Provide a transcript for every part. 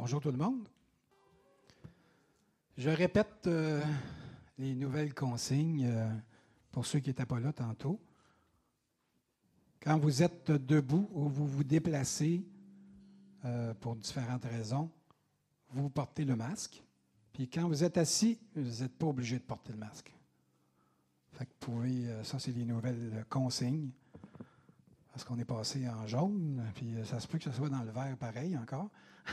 Bonjour tout le monde. Je répète les nouvelles consignes pour ceux qui n'étaient pas là tantôt. Quand vous êtes debout ou vous vous déplacez pour différentes raisons, vous portez le masque. Puis quand vous êtes assis, vous n'êtes pas obligé de porter le masque. Fait que vous pouvez, ça c'est les nouvelles consignes. Parce qu'on est passé en jaune, puis ça se peut que ce soit dans le vert pareil encore.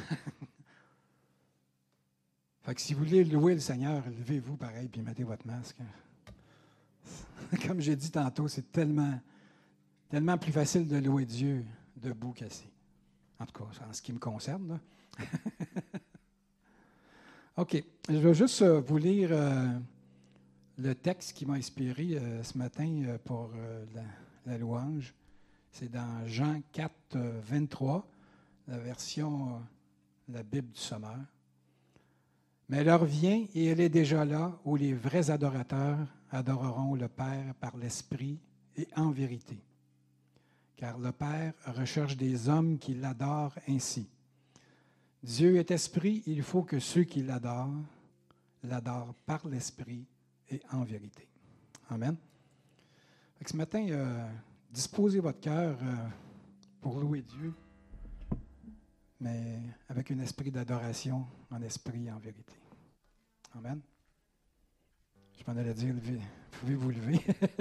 Fait que si vous voulez louer le Seigneur, levez-vous pareil, puis mettez votre masque. Comme j'ai dit tantôt, c'est tellement plus facile de louer Dieu debout qu'assis. En tout cas, en ce qui me concerne. Là. OK. Je vais juste vous lire le texte qui m'a inspiré ce matin pour la louange. C'est dans Jean 4, 23, la version, la Bible du Sommeur. Mais l'heure vient, et elle est déjà là, où les vrais adorateurs adoreront le Père par l'Esprit et en vérité. Car le Père recherche des hommes qui l'adorent ainsi. Dieu est esprit, il faut que ceux qui l'adorent par l'Esprit et en vérité. Amen. Donc, ce matin, disposez votre cœur pour louer Dieu, mais avec un esprit d'adoration, en esprit et en vérité. Amen. Je m'en allais dire, pouvez vous lever.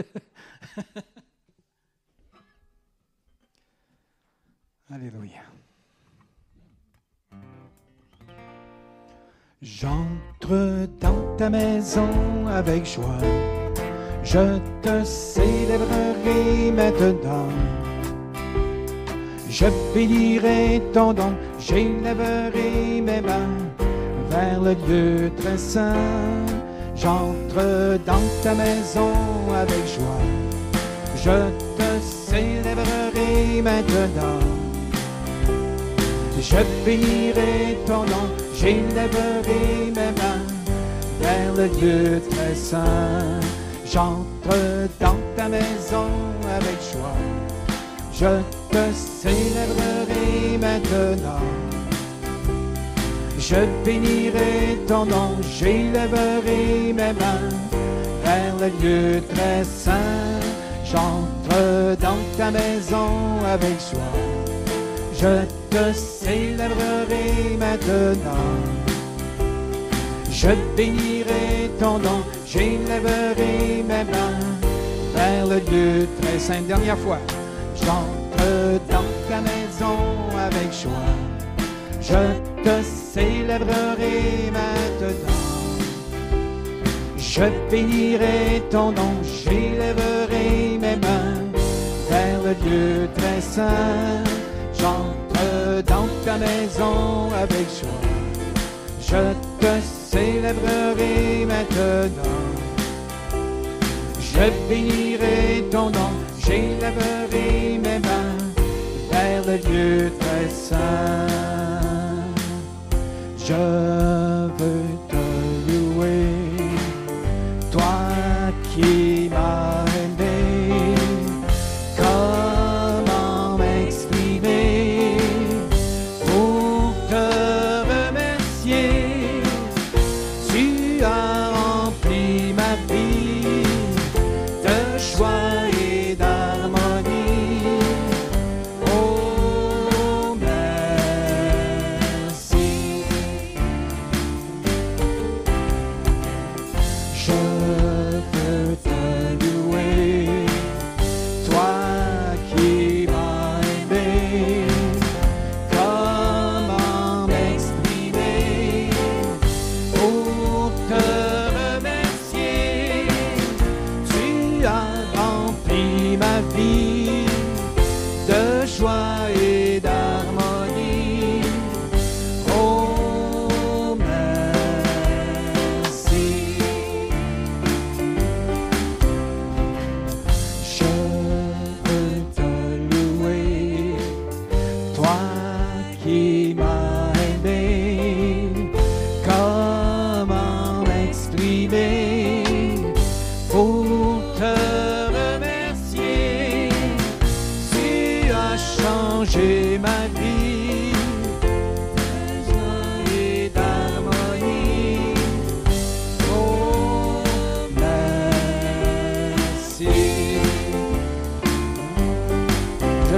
Alléluia. J'entre dans ta maison avec joie, je te célébrerai maintenant. Je bénirai ton nom, j'élèverai mes mains vers le lieu très saint. J'entre dans ta maison avec joie, je te célébrerai maintenant. Je bénirai ton nom, j'élèverai mes mains vers le lieu très saint. J'entre dans ta maison avec joie, je te célébrerai maintenant. Je bénirai ton nom, j'élèverai mes mains vers le lieu très saint. J'entre dans ta maison avec joie, je te célébrerai maintenant. Je bénirai ton nom, j'élèverai mes mains vers le lieu très saint. Dernière fois. J'entre dans ta maison avec joie, je te célébrerai maintenant. Je bénirai ton nom, j'élèverai mes mains vers le lieu très saint. J'entre dans ta maison avec joie, je te célébrerai maintenant. Je bénirai ton nom, j'élèverai mes mains vers le lieu très saint. Je veux te louer, toi qui m'as aimé. Comment m'exprimer pour te remercier? Tu as rempli ma vie de joie et d'harmonie. Oh, merci. Je veux te louer, toi qui m'as aimé. Comment m'exprimer pour te remercier? Tu as rempli ma vie de joie et d'harmonie. Oh, merci. Je veux te louer, toi qui m'as aimé. Comment m'exprimer pour te remercier? Tu as changé ma vie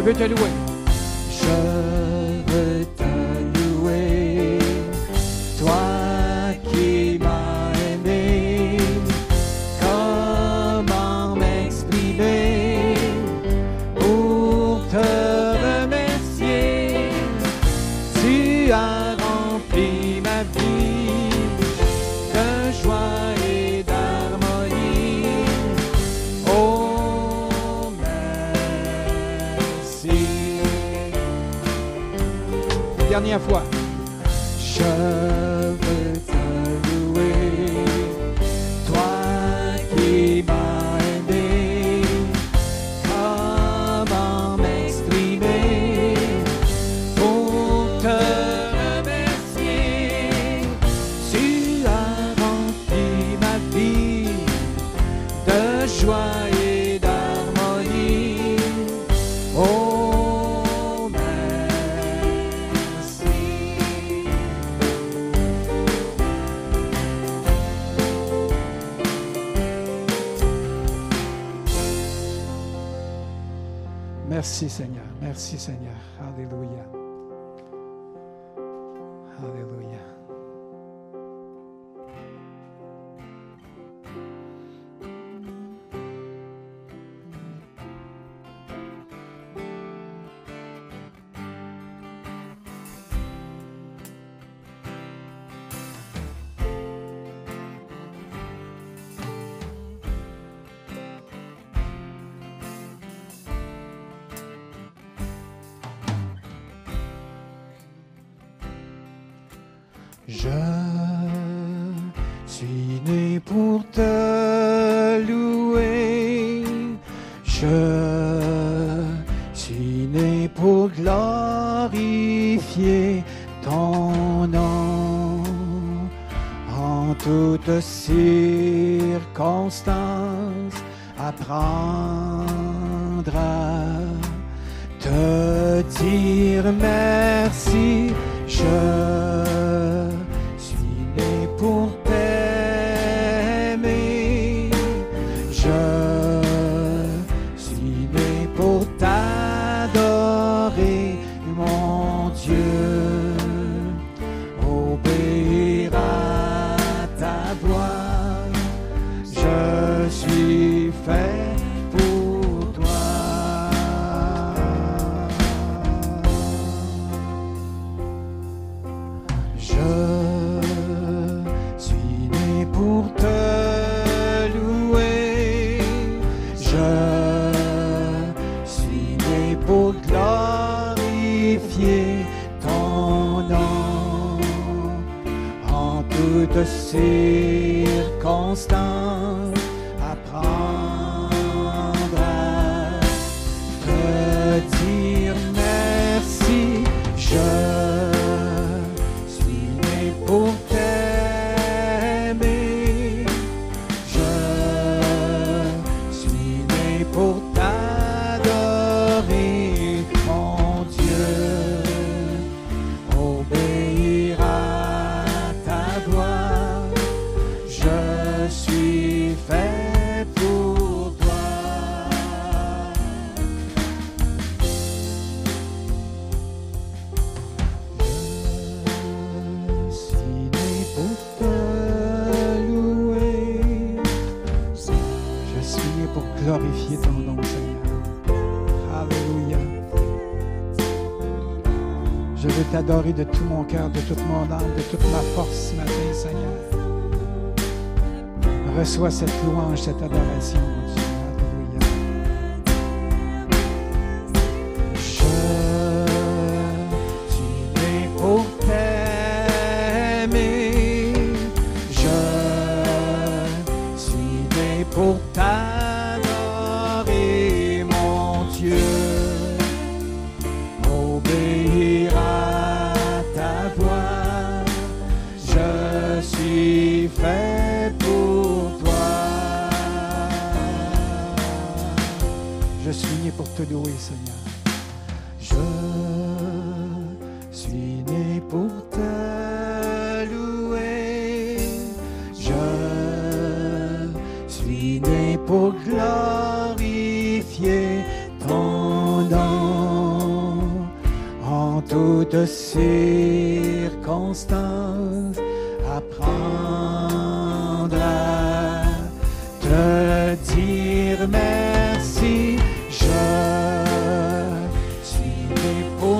veux te louer. Je veux te louer, toi qui m'as aimé. Comment m'exprimer pour te remercier? Tu as rempli ma vie de joie et d'harmonie. Oh, merci. Dernière fois. Je veux te louer, toi qui m'as aimé. Comment m'exprimer pour te remercier? Tu as rempli ma vie de joie et d'harmonie. Oh, merci. Merci Seigneur. Merci Seigneur. Alléluia. Alléluia. Je suis né pour te louer, je suis né pour glorifier ton nom. En toutes circonstances, apprendre à te dire merci. Je suis né pour t'aimer. Je suis né pour t'adorer, mon Dieu. Obéir à ta voix. Je suis fait pour toi. Je suis né pour te louer. Je suis né pour glorifier ton nom. En toutes circonstances, apprendre à te dire merci. Je suis né pour t'aimer. Je suis né pour t'adorer, mon Dieu. Obéir à ta voix. Je suis fait pour toi. Je suis né pour te louer. Je suis né pour glorifier ton nom, Seigneur. Alléluia. Je veux t'adorer de tout mon cœur, de toute mon âme, de toute ma force ce matin, Seigneur. Reçois cette louange, cette adoration, mon Dieu. Alléluia. Je suis né pour t'aimer. Je suis né pour t'adorer, mon Dieu. Obéir à ta voix. Je suis fait pour toi. Je suis né pour te louer, Seigneur. Je suis né pour te louer. Je suis né pour glorifier ton nom. toutes circonstances, apprendre à te dire merci. Je suis né pour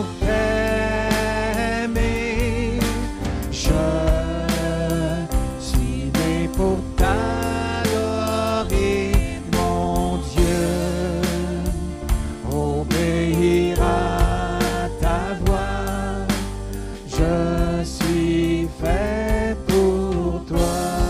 t'aimer. Je suis né pour t'adorer, mon Dieu. Obéir à ta voix. Je suis fait pour toi.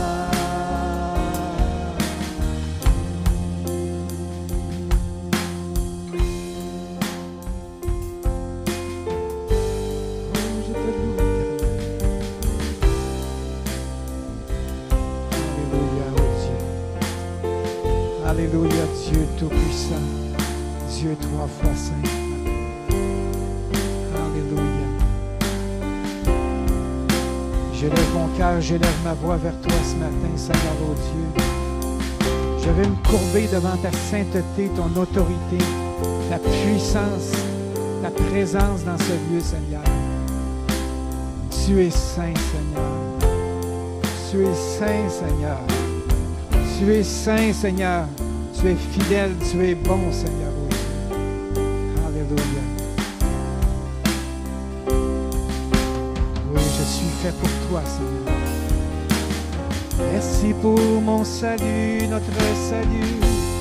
Alléluia, Dieu Tout-Puissant, Dieu 3 fois saint. Alléluia. J'élève mon cœur, j'élève ma voix vers toi ce matin, Seigneur, oh Dieu. Je vais me courber devant ta sainteté, ton autorité, ta puissance, ta présence dans ce lieu, Seigneur. Tu es saint, Seigneur. Tu es saint, Seigneur. Tu es saint, Seigneur. Tu es fidèle, tu es bon, Seigneur. Oh Dieu. Alléluia. Oui, je suis fait pour toi, Seigneur. Merci pour mon salut, notre salut.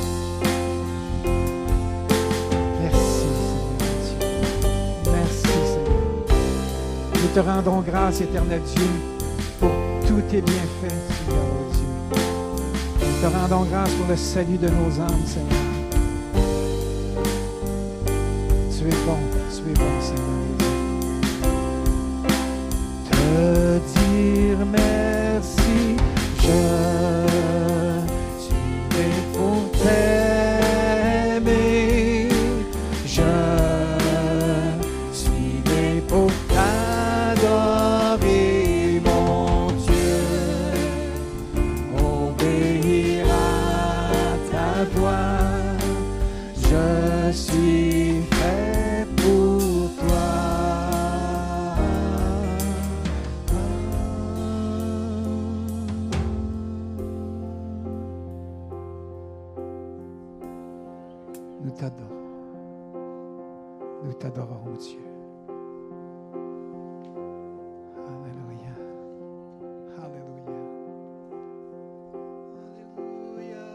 Merci, Seigneur Dieu. Merci, Seigneur. Nous te rendons grâce, éternel Dieu, pour tous tes bienfaits, Seigneur, oh Dieu. Nous te rendons grâce pour le salut de nos âmes, Seigneur. Tu es bon, Seigneur. Te dire merci, je suis né pour t'aimer. Je suis né pour t'adorer, mon Dieu. Obéir à ta voix. Je suis fait pour toi. Nous t'adorons, Dieu. Alléluia. Alléluia. Alléluia.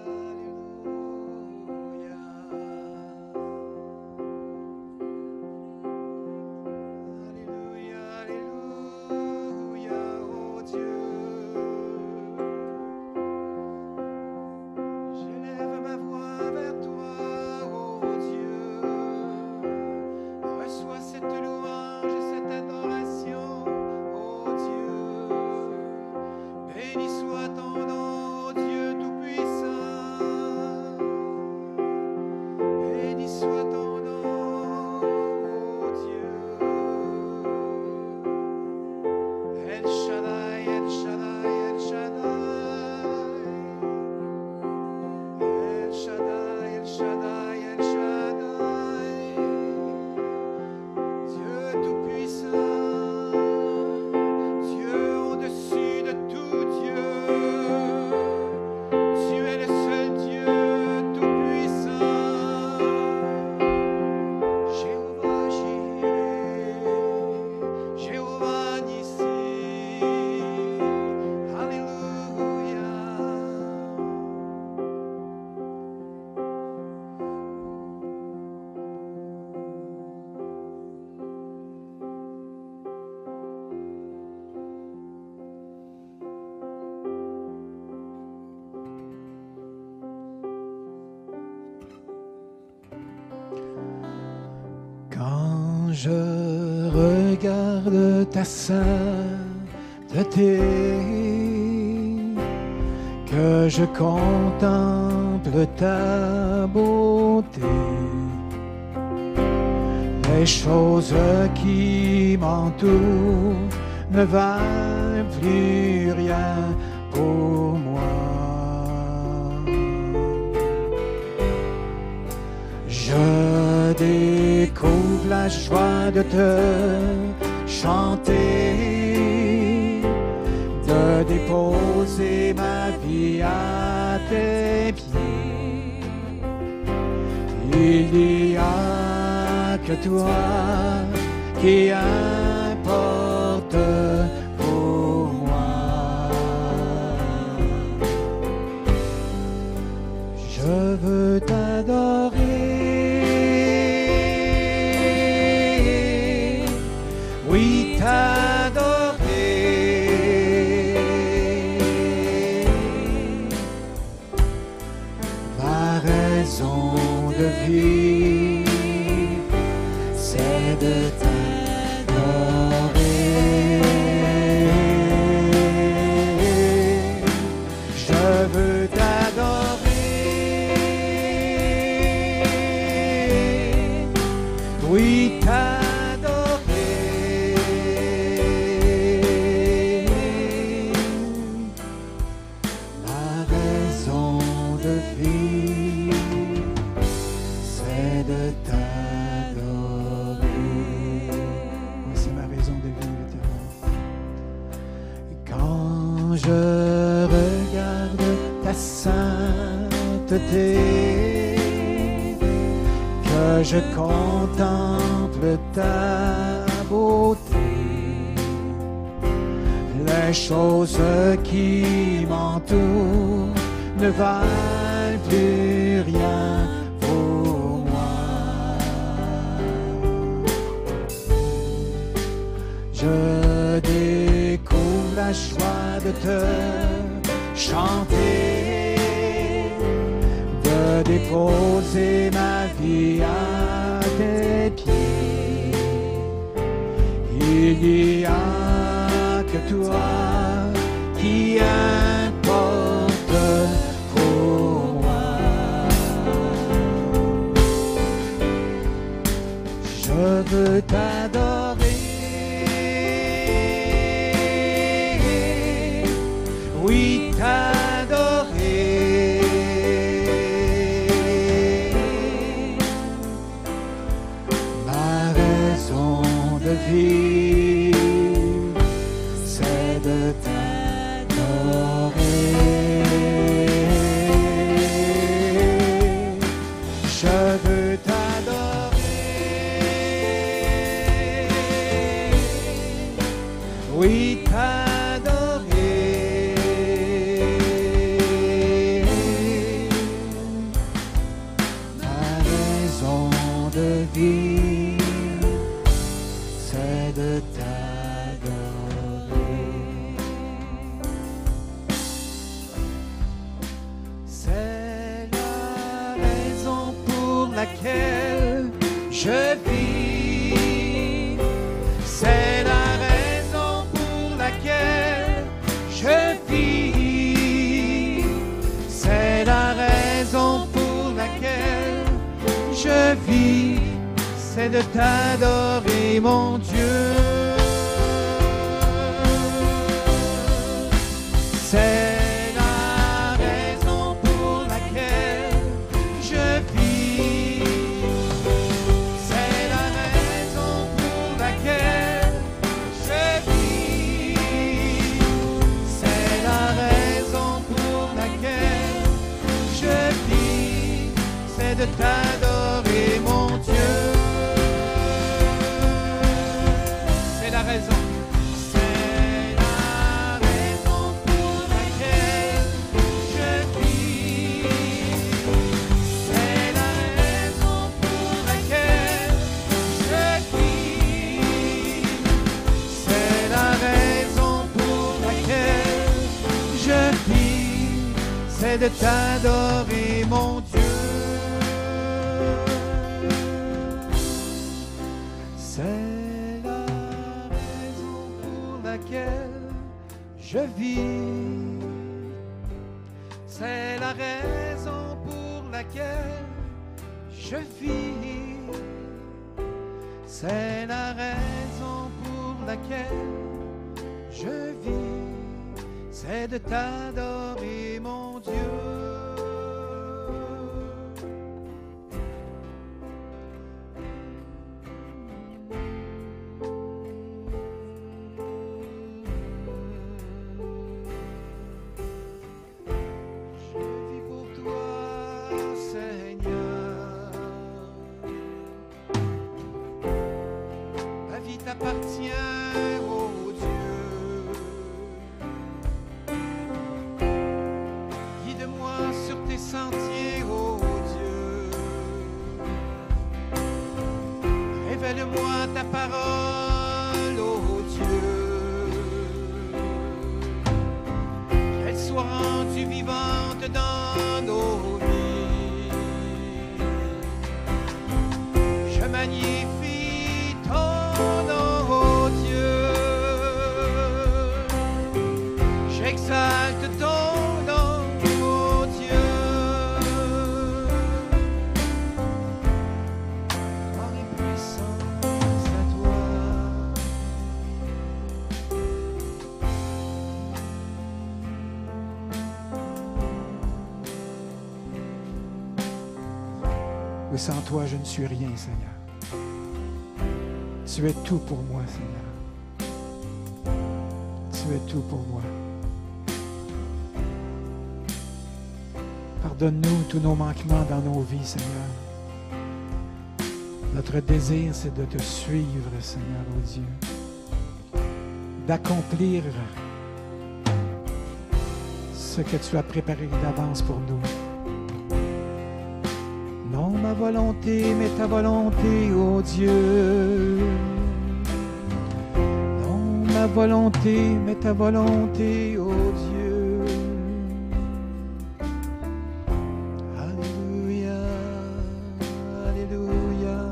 Alléluia. Alléluia. Oh Dieu. J'élève ma voix vers toi, oh Dieu. Reçois cette louange et cette adoration, oh Dieu. Béni soit ton nom, oh Dieu Tout-Puissant. Béni soit ton nom, oh Dieu. El Shaddai, El Shaddai, El Shaddai. El Shaddai, El Shaddai, El Shaddai. Dieu Tout-Puissant, Dieu au-dessus de tout Dieu. Tu es le seul Dieu Tout-Puissant. Jéhovah Jireh, Jéhovah Nissi. Alléluia. Quand je regarde ta sainteté, que je contemple ta beauté, les choses qui m'entourent ne valent plus rien pour moi. Je Je découvre la joie de te chanter, de déposer ma vie à tes pieds. Il n'y a que toi qui importe pour moi. Je veux t'adorer, oui t'adorer. Ma raison de vivre, c'est de t'adorer. Je veux t'adorer, oui t'adorer. Ma raison de vivre, c'est de t'adorer. C'est ma raison de vivre, Éternel. Quand je regarde ta sainteté, que je contemple ta beauté, les choses qui m'entourent ne valent plus rien pour moi. Je découvre la joie de te chanter, de déposer ma vie à tes pieds. Il n'y a que toi qui importe pour moi. Je veux t'adorer, oui t'adorer. Ma raison de vivre, c'est de t'adorer. Je veux t'adorer, oui t'adorer. Ma raison de vivre, c'est de t'adorer. C'est la raison pour laquelle je vis. C'est la raison pour laquelle je vis. C'est la raison pour laquelle je vis. C'est de t'adorer, mon Dieu. C'est la raison pour laquelle je vis. C'est la raison pour laquelle je vis. C'est la raison pour laquelle je vis. C'est de t'adorer, mon Dieu. C'est la raison. C'est la raison pour laquelle je vis. C'est la raison pour laquelle je vis. C'est la raison pour laquelle je vis. C'est de t'adorer, mon Dieu. C'est la raison pour laquelle je vis. C'est la raison pour laquelle je vis. C'est la raison pour laquelle je vis. C'est de t'adorer, mon Dieu. vie t'appartient, ô Dieu. Guide-moi sur tes sentiers, ô Dieu. Révèle-moi ta parole, ô Dieu. Qu'elle soit rendue vivante dans nos vies. Je magnifie ton nom, ô Dieu. J'exalte ton nom, ô Dieu. Gloire et puissance à toi. Oui, sans toi, je ne suis rien, Seigneur. Tu es tout pour moi, Seigneur. Tu es tout pour moi. Pardonne-nous tous nos manquements dans nos vies, Seigneur. Notre désir, c'est de te suivre, Seigneur, ô Dieu. D'accomplir ce que tu as préparé d'avance pour nous. Non, ma volonté, mais ta volonté, ô Dieu. Non, ma volonté, mais ta volonté, ô Dieu. Alléluia, alléluia.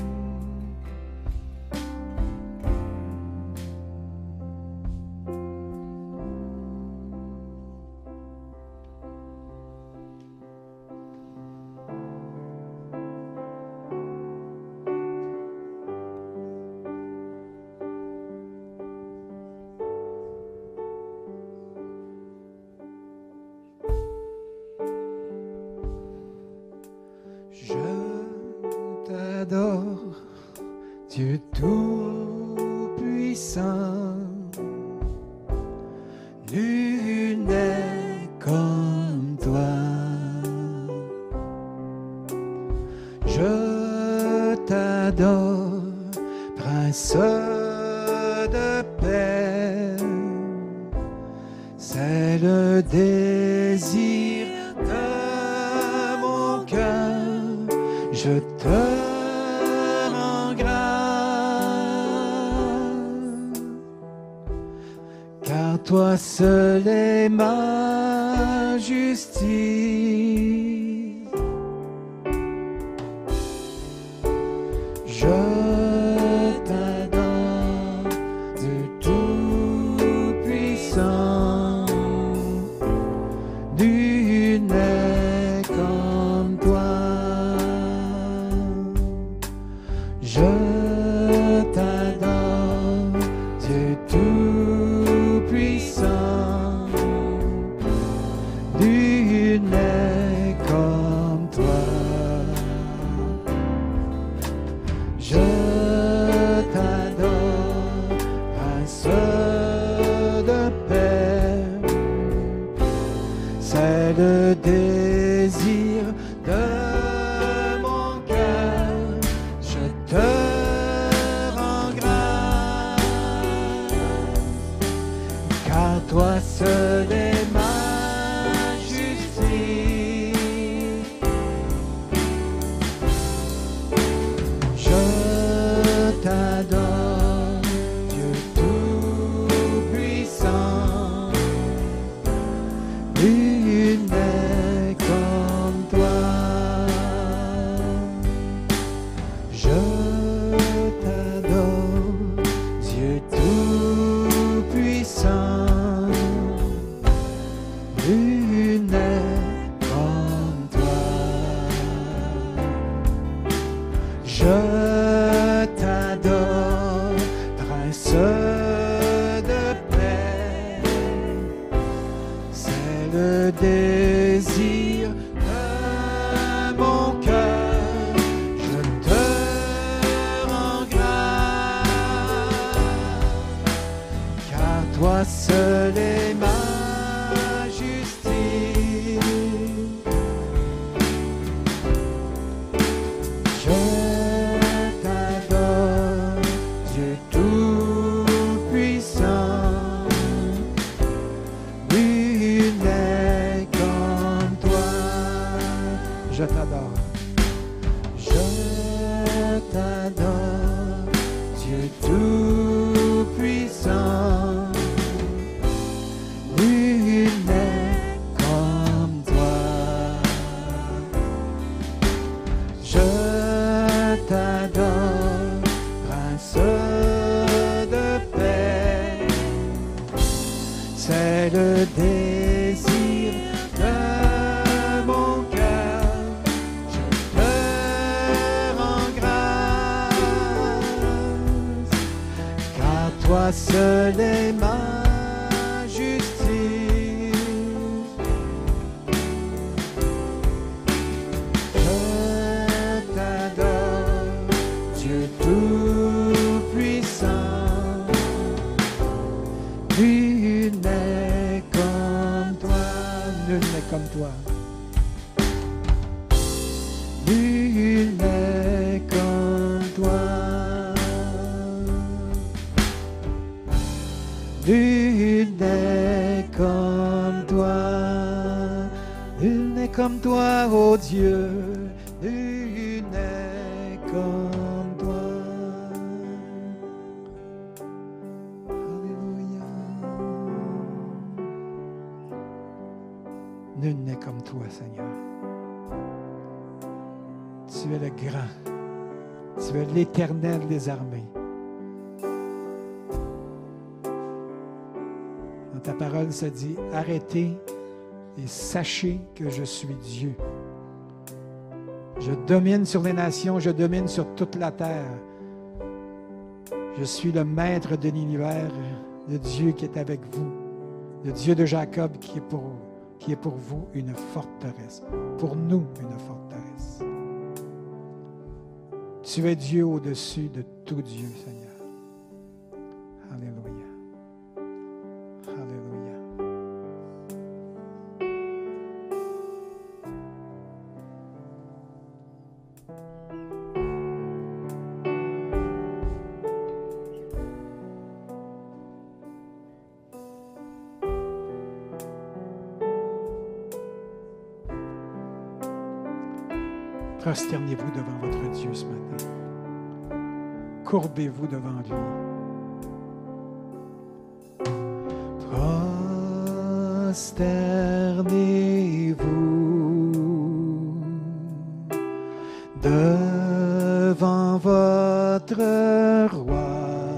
Je t'adore, Dieu Tout-Puissant. Nul n'est comme toi. Je t'adore, Prince de paix. C'est le désir de mon cœur. Je te rends grâce, car toi seul est ma justice. Je t'adore, Dieu Tout-Puissant. Nul n'est comme toi. Je t'adore, Dieu Tout-Puissant. Nul n'est comme toi. Je t'adore, Prince de paix. C'est le désir de mon cœur. Je te rends grâce, car toi seul est ma justice. Je t'adore, Dieu Tout-Puissant. Nul n'est comme toi. Je t'adore, Dieu Tout-Puissant. Nul n'est comme toi. Je t'adore, Prince de paix. C'est le désir de mon cœur. Je te rends grâce, car toi seul est ma justice. Je t'adore, Dieu Dieu tout-puissant, nul n'est comme toi. Je t'adore, Prince de paix, c'est le désir de mon cœur. Je te rends grâce, car toi seul est ma justice. Je t'adore, Dieu tout-puissant, nul n'est comme toi, nul n'est comme toi. Nul n'est comme toi. Nul n'est comme toi. Nul n'est comme toi, ô Dieu. Nul n'est comme toi. Alléluia. Nul n'est comme toi, Seigneur. Tu es le grand. Tu es l'Éternel des armées. Dans ta parole, ça dit, arrêtez et sachez que je suis Dieu. Je domine sur les nations, je domine sur toute la terre. Je suis le maître de l'univers, le Dieu qui est avec vous, le Dieu de Jacob qui est pour vous une forteresse, pour nous une forteresse. Tu es Dieu au-dessus de tout Dieu, Seigneur. Alléluia. Alléluia. Prosternez-vous devant votre Dieu ce matin. Courbez-vous devant lui. Prosternez-vous devant votre roi.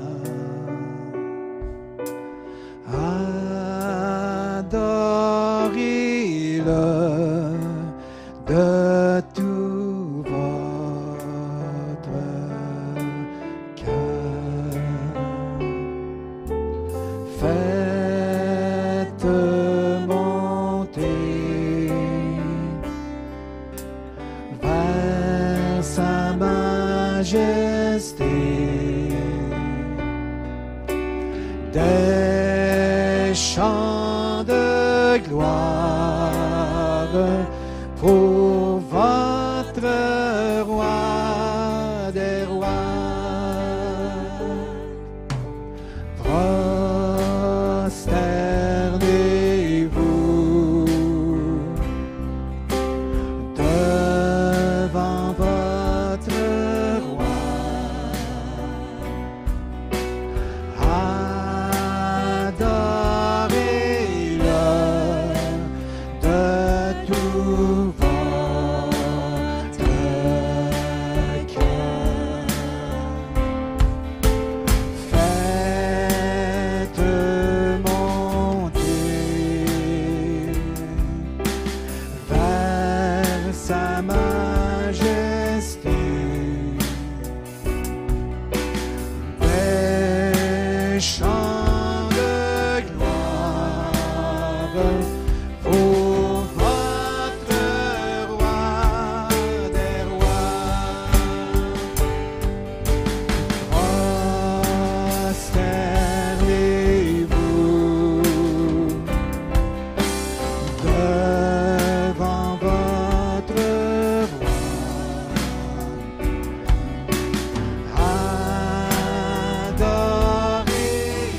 Adorez-le de tout votre cœur. Faites monter vers sa majesté des chants de gloire pour votre roi des rois. Prosternez-vous devant votre roi. Adorez-le de tout votre cœur. Faites monter vers sa majesté des chants de gloire pour votre roi des rois. Prosternez-vous devant votre roi. Adorez-le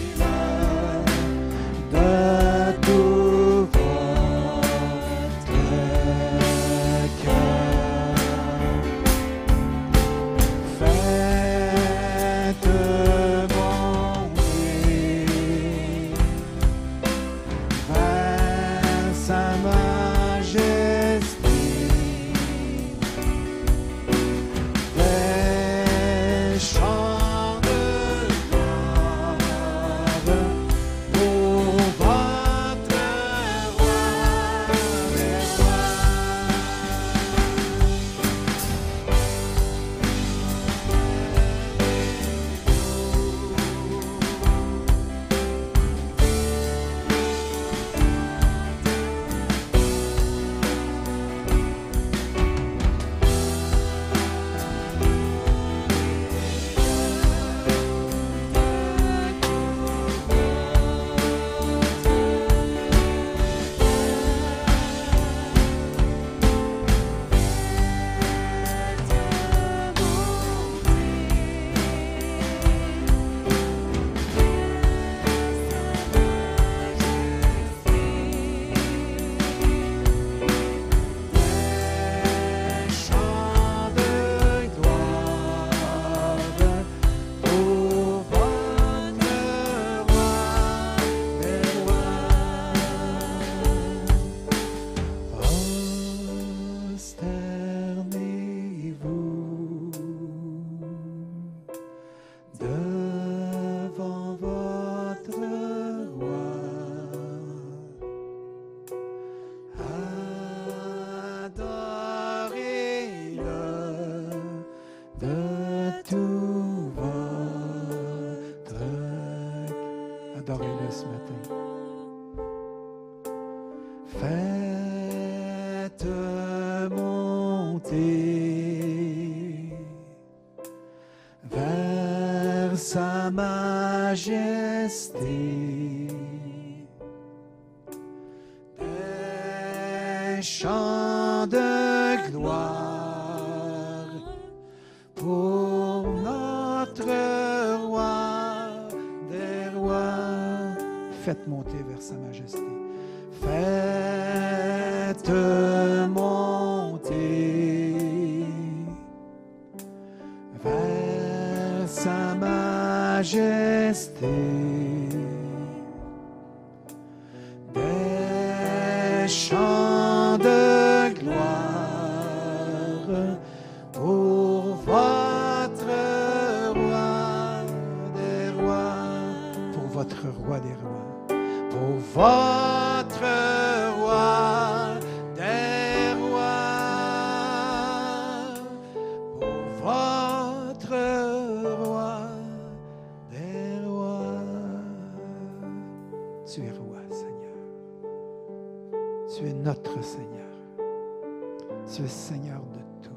adorer-le ce matin. Faites monter vers sa majesté des chants de gloire pour notre roi des rois. Faites monter vers sa majesté. Faites monter vers sa majesté des chants de gloire pour votre roi des rois, Pour votre roi des rois. pour votre roi des rois, pour votre roi des rois. Tu es roi, Seigneur. Tu es notre Seigneur. Tu es Seigneur de tout.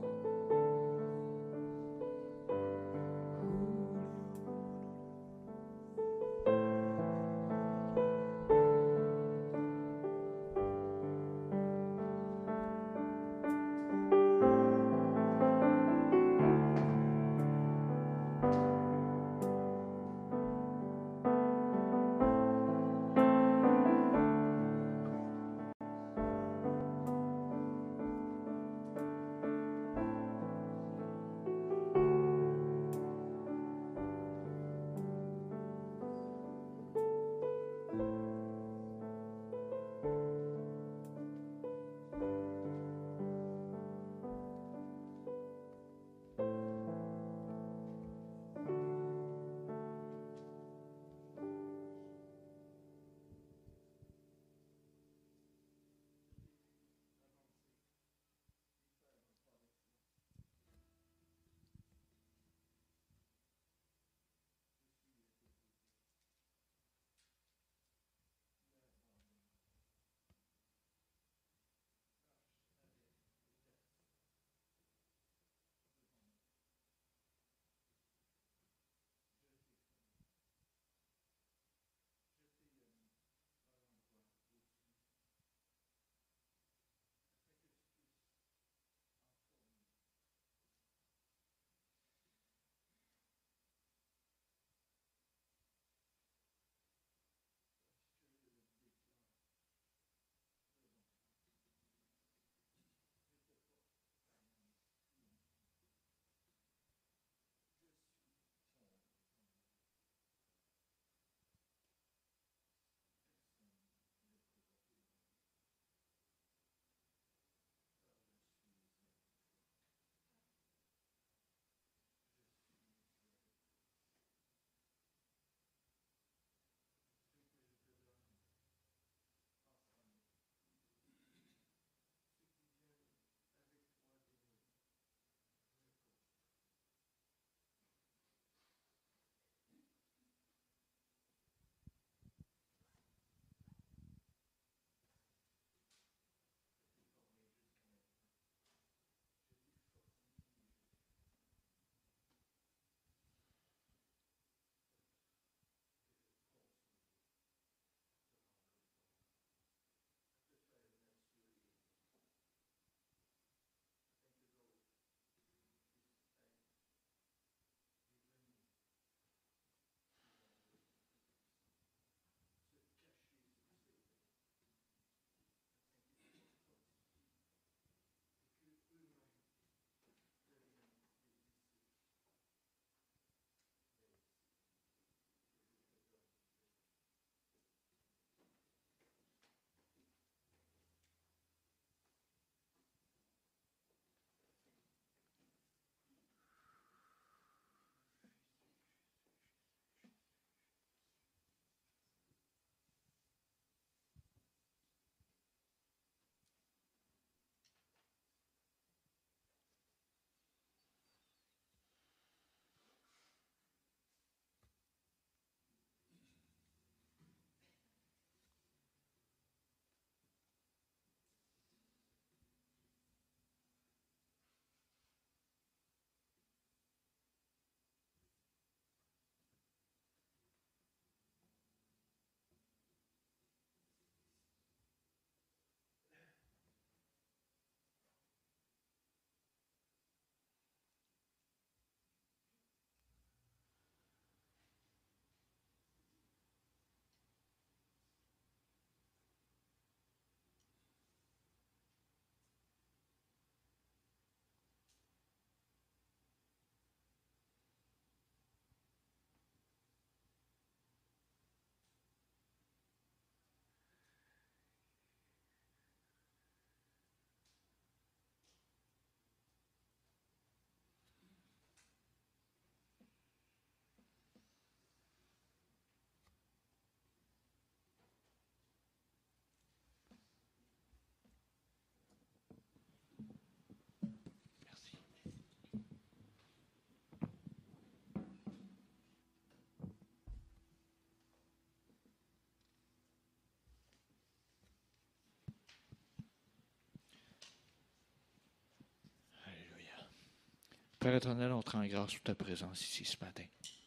Père éternel, on te rend grâce pour ta présence ici ce matin.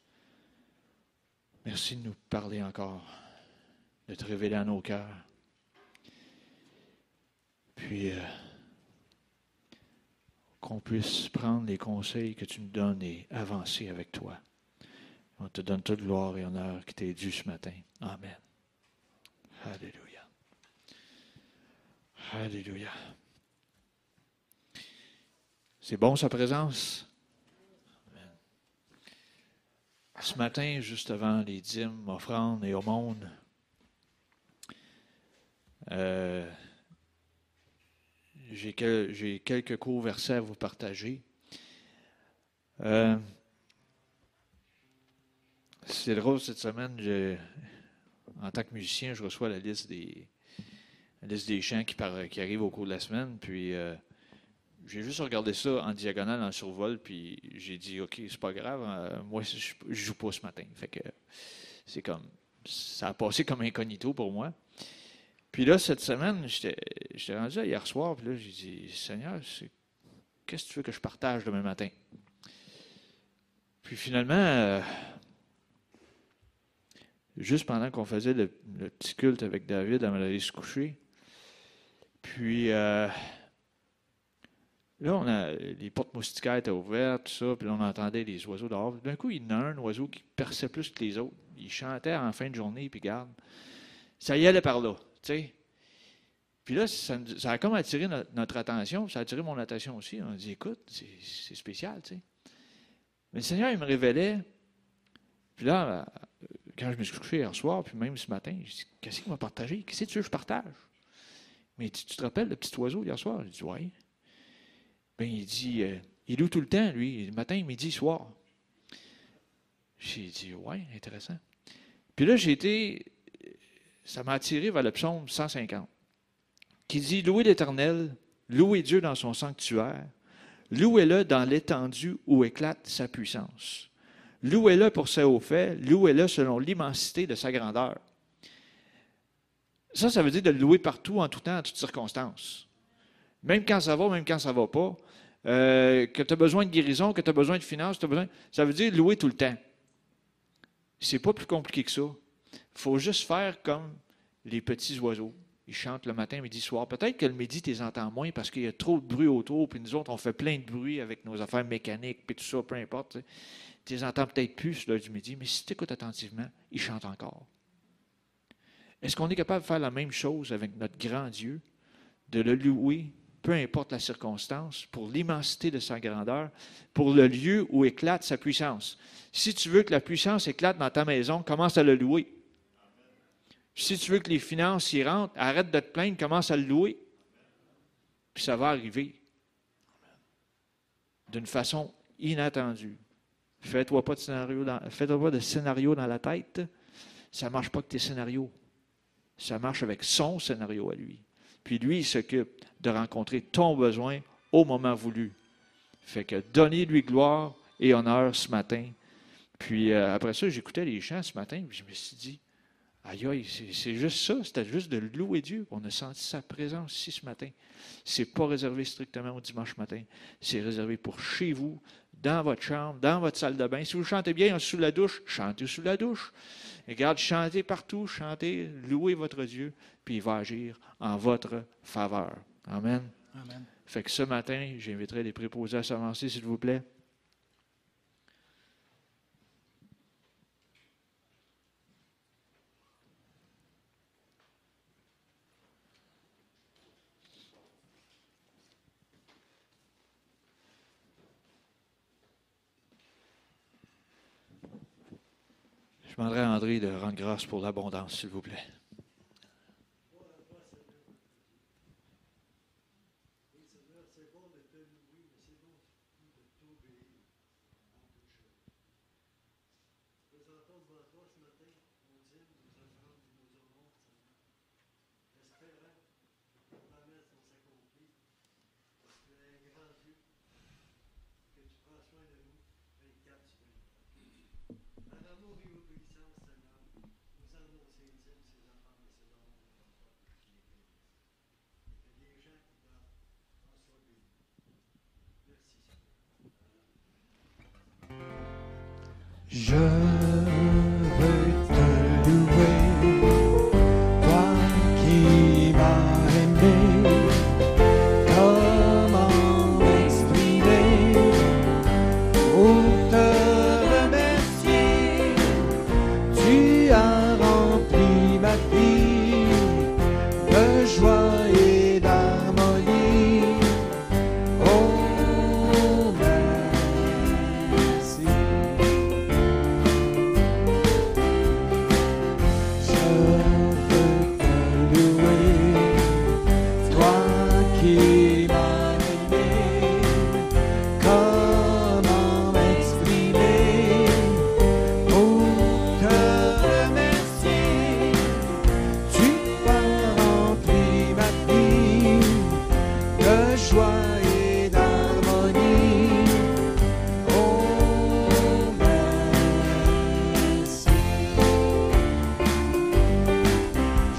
Merci de nous parler encore, de te révéler à nos cœurs. Puis, qu'on puisse prendre les conseils que tu nous donnes et avancer avec toi. On te donne toute gloire et honneur qui t'est dû ce matin. Amen. Alléluia. Alléluia. C'est bon sa présence? Amen. Ce matin, juste avant les dîmes, offrandes et aumônes, j'ai quelques courts versets à vous partager. C'est drôle, cette semaine, en tant que musicien, je reçois la liste des chants qui arrivent au cours de la semaine. Puis, j'ai juste regardé ça en diagonale, en survol, puis j'ai dit, OK, c'est pas grave, moi, je joue pas ce matin. Fait que c'est comme, ça a passé comme incognito pour moi. Puis là, cette semaine, j'étais rendu là hier soir, puis là, j'ai dit, Seigneur, qu'est-ce que tu veux que je partage demain matin? Puis finalement, juste pendant qu'on faisait le petit culte avec David, avant d'aller se coucher, puis là, les portes moustiquaires étaient ouvertes, tout ça, puis là, on entendait les oiseaux dehors. D'un coup, il y en a un oiseau qui perçait plus que les autres. Il chantait en fin de journée, puis garde, ça y allait par là. T'sais. Puis là, ça a comme attiré notre attention, ça a attiré mon attention aussi. On a dit, écoute, c'est spécial, tu sais. Mais le Seigneur, il me révélait. Puis là, quand je me suis couché hier soir, puis même ce matin, je dis, qu'est-ce qu'il m'a partagé? Qu'est-ce que tu veux que je partage? Mais tu te rappelles le petit oiseau hier soir? J'ai dit, oui. Bien, il dit, il loue tout le temps, lui, matin, midi, soir. J'ai dit, oui, intéressant. Puis là, ça m'a attiré vers le psaume 150, qui dit, louez l'Éternel, louez Dieu dans son sanctuaire, louez-le dans l'étendue où éclate sa puissance. Louez-le pour ses hauts faits, louez-le selon l'immensité de sa grandeur. Ça veut dire de le louer partout, en tout temps, en toutes circonstances. Même quand ça va, même quand ça ne va pas. Que tu as besoin de guérison, que tu as besoin de finances, ça veut dire louer tout le temps. C'est pas plus compliqué que ça. Il faut juste faire comme les petits oiseaux. Ils chantent le matin, midi, soir. Peut-être que le midi, tu les entends moins parce qu'il y a trop de bruit autour, puis nous autres, on fait plein de bruit avec nos affaires mécaniques, puis tout ça, peu importe. Tu les entends peut-être plus l'heure du midi, mais si tu écoutes attentivement, ils chantent encore. Est-ce qu'on est capable de faire la même chose avec notre grand Dieu, de le louer, peu importe la circonstance, pour l'immensité de sa grandeur, pour le lieu où éclate sa puissance? Si tu veux que la puissance éclate dans ta maison, commence à le louer. Si tu veux que les finances y rentrent, arrête de te plaindre, commence à le louer. Puis ça va arriver. D'une façon inattendue. Fais-toi pas de scénario dans la tête. Ça ne marche pas avec tes scénarios. Ça marche avec son scénario à lui. Puis lui, il s'occupe de rencontrer ton besoin au moment voulu. Fait que donnez-lui gloire et honneur ce matin. Puis après ça, j'écoutais les chants ce matin, puis je me suis dit, aïe, aïe, c'est juste ça, c'était juste de louer Dieu. On a senti sa présence ici ce matin. C'est pas réservé strictement au dimanche matin. C'est réservé pour chez vous, dans votre chambre, dans votre salle de bain. Si vous chantez bien sous la douche, chantez sous la douche. Regarde, chantez partout, chantez, louez votre Dieu, puis il va agir en votre faveur. Amen. Amen. Fait que ce matin, j'inviterai les préposés à s'avancer, s'il vous plaît. Je demanderai à André de rendre grâce pour l'abondance, s'il vous plaît.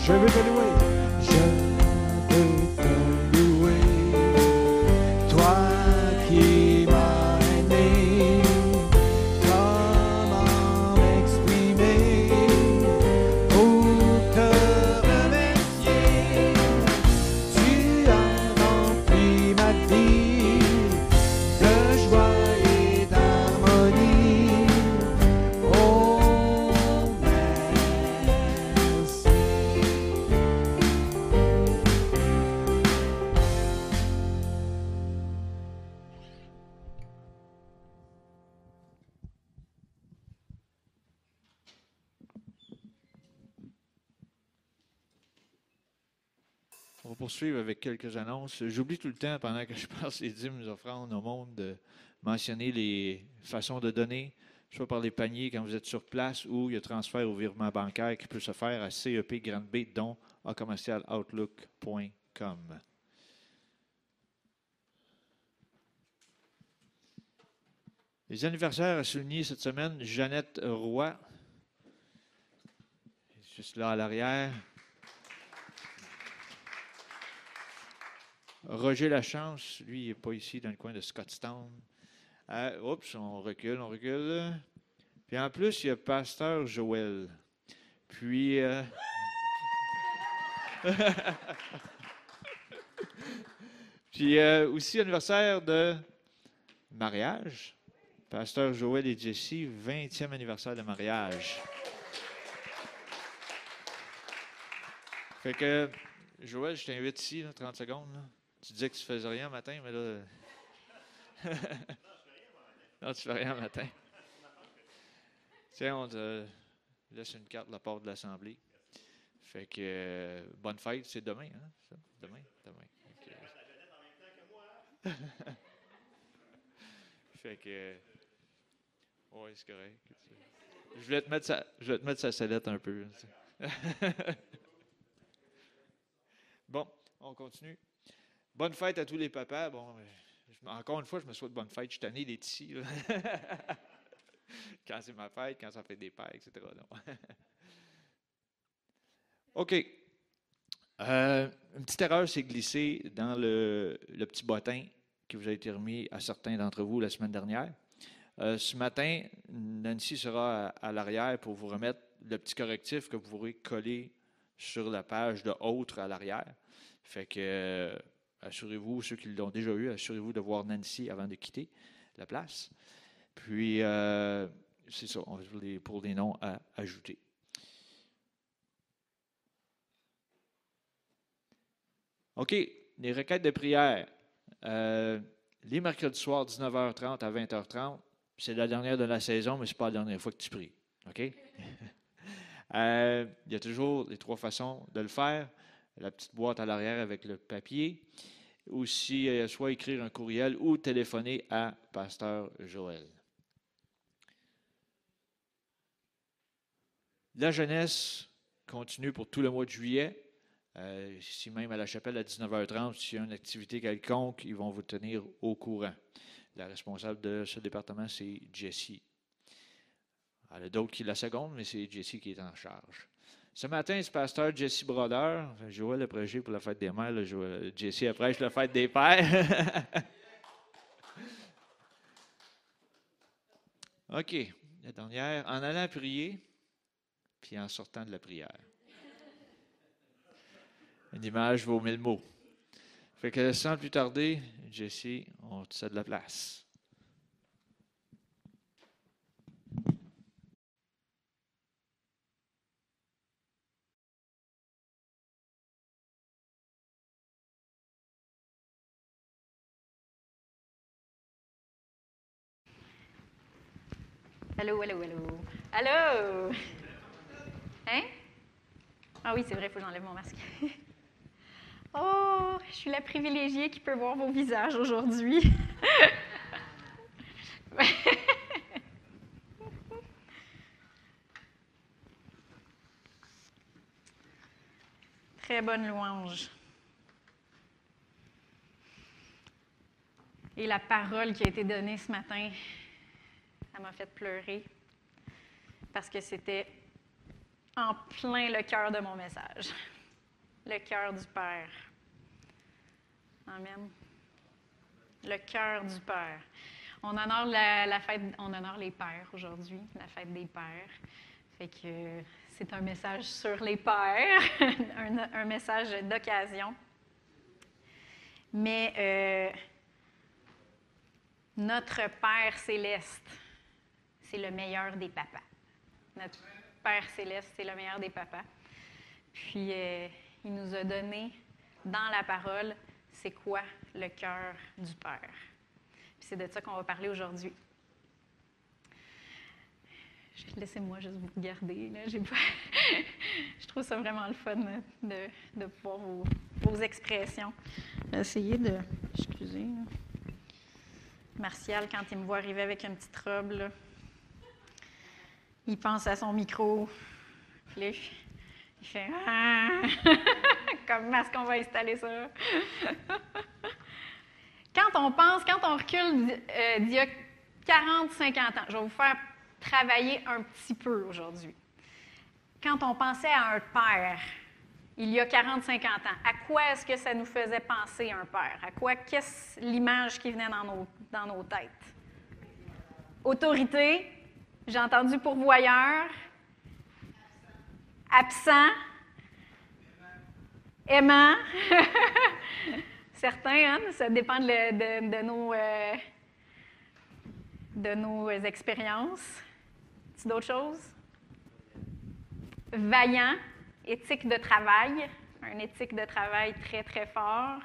Je veux te louer. Je veux te louer. Toi qui m'as aimé. Comment m'exprimer pour te remercier. Tu as rempli ma vie de joie et d'harmonie. Oh, merci. On va poursuivre avec quelques annonces. J'oublie tout le temps, pendant que je passe les dîmes offrandes au monde, de mentionner les façons de donner, soit par les paniers quand vous êtes sur place, ou il y a transfert au virement bancaire qui peut se faire à CEP-don@outlook.com. Les anniversaires à souligner cette semaine, Jeannette Roy, juste là à l'arrière. Roger Lachance, lui, il n'est pas ici dans le coin de Scottstown. Oups, on recule. Puis en plus, il y a Pasteur Joël. Puis... Puis aussi anniversaire de mariage. Pasteur Joël et Jessie, 20e anniversaire de mariage. Fait que, Joël, je t'invite ici, là, 30 secondes. Là. Tu disais que tu faisais rien le matin, mais là... Non, tu fais rien le matin. Tiens, on te laisse une carte de la part de l'Assemblée. Fait que, bonne fête, c'est demain, hein? Ça? Demain. Fait que, ouais, c'est correct. Je voulais te mettre sa sellette un peu. Bon, on continue. Bonne fête à tous les papas. Bon, encore une fois, je me souhaite bonne fête. Je suis tanné d'être ici. Quand c'est ma fête, quand ça fait des pères, etc. OK. Une petite erreur s'est glissée dans le petit bottin qui vous a été remis à certains d'entre vous la semaine dernière. Ce matin, Nancy sera à l'arrière pour vous remettre le petit correctif que vous pourrez coller sur la page de « Autres » à l'arrière. Fait que, assurez-vous, ceux qui l'ont déjà eu, assurez-vous de voir Nancy avant de quitter la place. Puis, c'est ça, on va pour les noms à ajouter. OK, les requêtes de prière. Les mercredis soirs, 19h30 à 20h30. C'est la dernière de la saison, mais ce n'est pas la dernière fois que tu pries. OK? Il y a toujours les 3 façons de le faire. La petite boîte à l'arrière avec le papier. Aussi, soit écrire un courriel ou téléphoner à Pasteur Joël. La jeunesse continue pour tout le mois de juillet. Ici même à la chapelle à 19h30, s'il y a une activité quelconque, ils vont vous tenir au courant. La responsable de ce département, c'est Jessie. Il y en a d'autres qui la secondent, mais c'est Jessie qui est en charge. Ce matin, c'est pasteur Jessie Broder. Joël a prêché pour la fête des mères. Jessie a prêché la fête des pères. OK. La dernière. En allant prier, puis en sortant de la prière. Une image vaut 1000 mots. Fait que sans plus tarder, Jessie, on te cède la place. Allô, allô, allô. Allô? Hein? Ah oui, c'est vrai, il faut que j'enlève mon masque. Oh, je suis la privilégiée qui peut voir vos visages aujourd'hui. Très bonne louange. Et la parole qui a été donnée ce matin, ça m'a fait pleurer parce que c'était en plein le cœur de mon message. le cœur du Père. Amen. Le cœur du Père. On honore la fête, on honore les pères aujourd'hui, la fête des pères. Fait que c'est un message sur les pères, un message d'occasion. Mais notre Père céleste, c'est le meilleur des papas. Notre Père céleste, c'est le meilleur des papas. Puis, il nous a donné, dans la parole, c'est quoi le cœur du Père. Puis c'est de ça qu'on va parler aujourd'hui. Laissez-moi juste vous regarder. Là. Je trouve ça vraiment le fun de voir vos expressions. J'ai essayé de... Excusez. Là. Martial, quand il me voit arriver avec une petite robe, là, il pense à son micro. Puis là, il fait « Ah! » Comment est-ce qu'on va installer ça? Quand on recule d'il y a 40, 50 ans, je vais vous faire travailler un petit peu aujourd'hui. Quand on pensait à un père, il y a 40, 50 ans, à quoi est-ce que ça nous faisait penser un père? À quoi, qu'est-ce l'image qui venait dans nos têtes? Autorité, j'ai entendu pourvoyeur, absent, aimant. Certains, hein, ça dépend de nos expériences. C'est d'autres choses? Vaillant, éthique de travail, une éthique de travail très, très fort.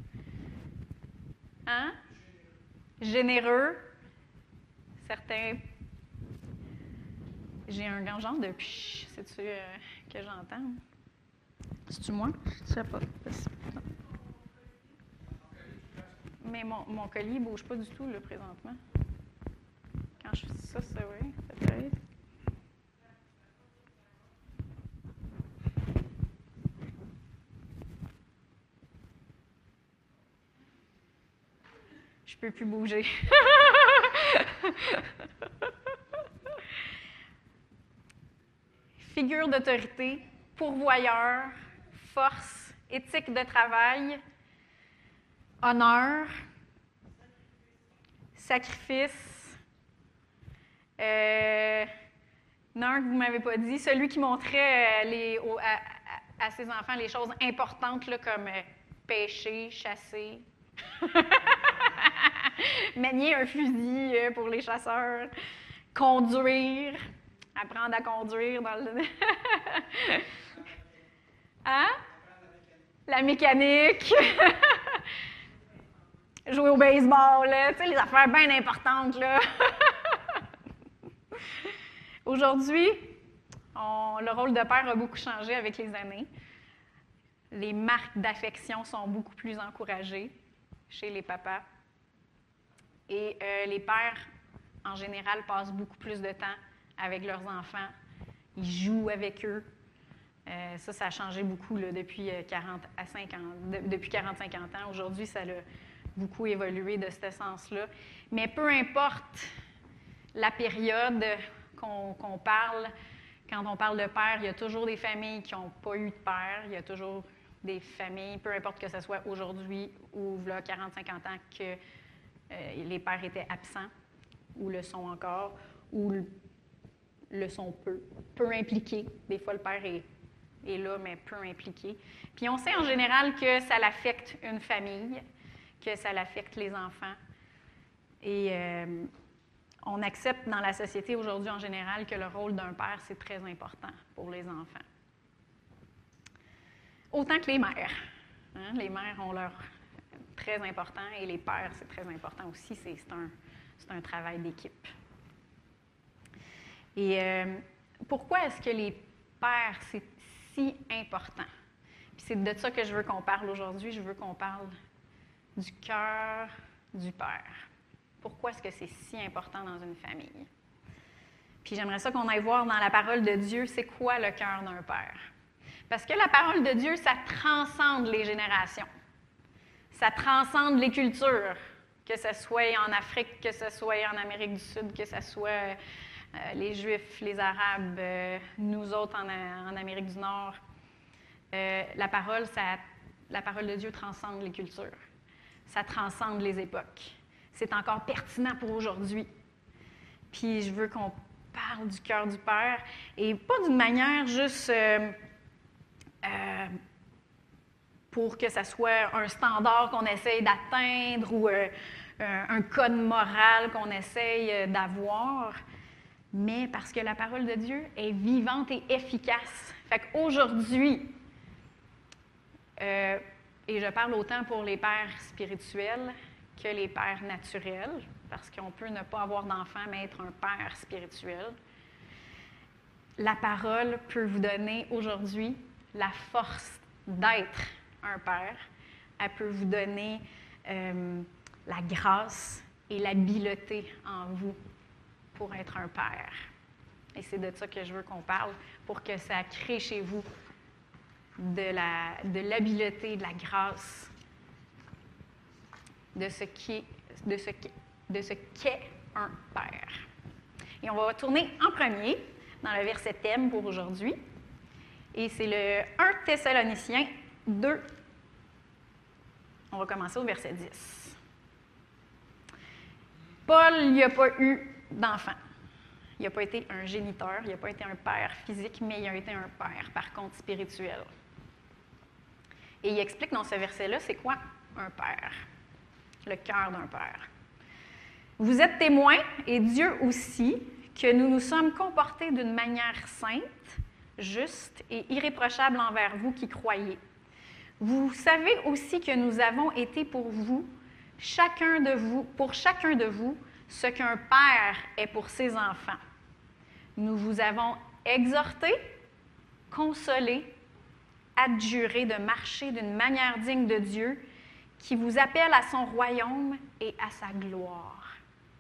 Hein? Généreux. Certains... J'ai un grand genre de psh, c'est-tu que j'entends? C'est-tu moi? Je sais pas. Mais mon collier ne bouge pas du tout, là, présentement. Quand je fais ça, ça, oui, peut-être. Je ne peux plus bouger. Figure d'autorité, pourvoyeur, force, éthique de travail, honneur, sacrifice. Non, que vous ne m'avez pas dit, celui qui montrait à ses enfants les choses importantes là, comme pêcher, chasser, manier un fusil pour les chasseurs, conduire, apprendre à conduire dans le... Hein? La mécanique. Jouer au baseball, là, tu sais, les affaires bien importantes, là. Aujourd'hui, le rôle de père a beaucoup changé avec les années. Les marques d'affection sont beaucoup plus encouragées chez les papas. Et les pères, en général, passent beaucoup plus de temps avec leurs enfants. Ils jouent avec eux. Ça a changé beaucoup là, depuis 40 à 50, depuis 40-50 ans. Aujourd'hui, ça a beaucoup évolué de ce sens-là. Mais peu importe la période qu'on parle, quand on parle de père, il y a toujours des familles qui n'ont pas eu de père. Il y a toujours des familles, peu importe que ce soit aujourd'hui ou là, 40-50 ans, que les pères étaient absents ou le sont encore, ou le sont peu impliqués. Des fois, le père est là, mais peu impliqué. Puis on sait en général que ça l'affecte une famille, que ça l'affecte les enfants. Et on accepte dans la société aujourd'hui en général que le rôle d'un père, c'est très important pour les enfants. Autant que les mères. Hein? Les mères ont leur très important et les pères, c'est très important aussi. C'est un travail d'équipe. Et pourquoi est-ce que les pères, c'est si important? Puis c'est de ça que je veux qu'on parle aujourd'hui. Je veux qu'on parle du cœur du père. Pourquoi est-ce que c'est si important dans une famille? Puis j'aimerais ça qu'on aille voir dans la parole de Dieu, c'est quoi le cœur d'un père? Parce que la parole de Dieu, ça transcende les générations. Ça transcende les cultures, que ce soit en Afrique, que ce soit en Amérique du Sud, que ce soit les Juifs, les Arabes, nous autres en Amérique du Nord. la parole de Dieu transcende les cultures. Ça transcende les époques. C'est encore pertinent pour aujourd'hui. Puis je veux qu'on parle du cœur du Père, et pas d'une manière juste pour que ça soit un standard qu'on essaye d'atteindre ou un code moral qu'on essaye d'avoir, mais parce que la parole de Dieu est vivante et efficace. Fait qu'aujourd'hui, et je parle autant pour les pères spirituels que les pères naturels, parce qu'on peut ne pas avoir d'enfant, mais être un père spirituel. La parole peut vous donner aujourd'hui la force d'être un père. Elle peut vous donner la grâce et l'habileté en vous pour être un père. Et c'est de ça que je veux qu'on parle, pour que ça crée chez vous de l'habileté, de la grâce, de ce qu'est un père. Et on va tourner en premier dans le verset thème pour aujourd'hui. Et c'est le 1 Thessaloniciens 2. On va commencer au verset 10. Paul, il n'a pas eu d'enfant. Il n'a pas été un géniteur, il n'a pas été un père physique, mais il a été un père, par contre, spirituel. Et il explique dans ce verset-là, c'est quoi un père? Le cœur d'un père. Vous êtes témoins, et Dieu aussi, que nous nous sommes comportés d'une manière sainte, juste et irréprochable envers vous qui croyez. Vous savez aussi que nous avons été pour chacun de vous, ce qu'un père est pour ses enfants. Nous vous avons exhorté, consolé, adjuré de marcher d'une manière digne de Dieu, qui vous appelle à son royaume et à sa gloire.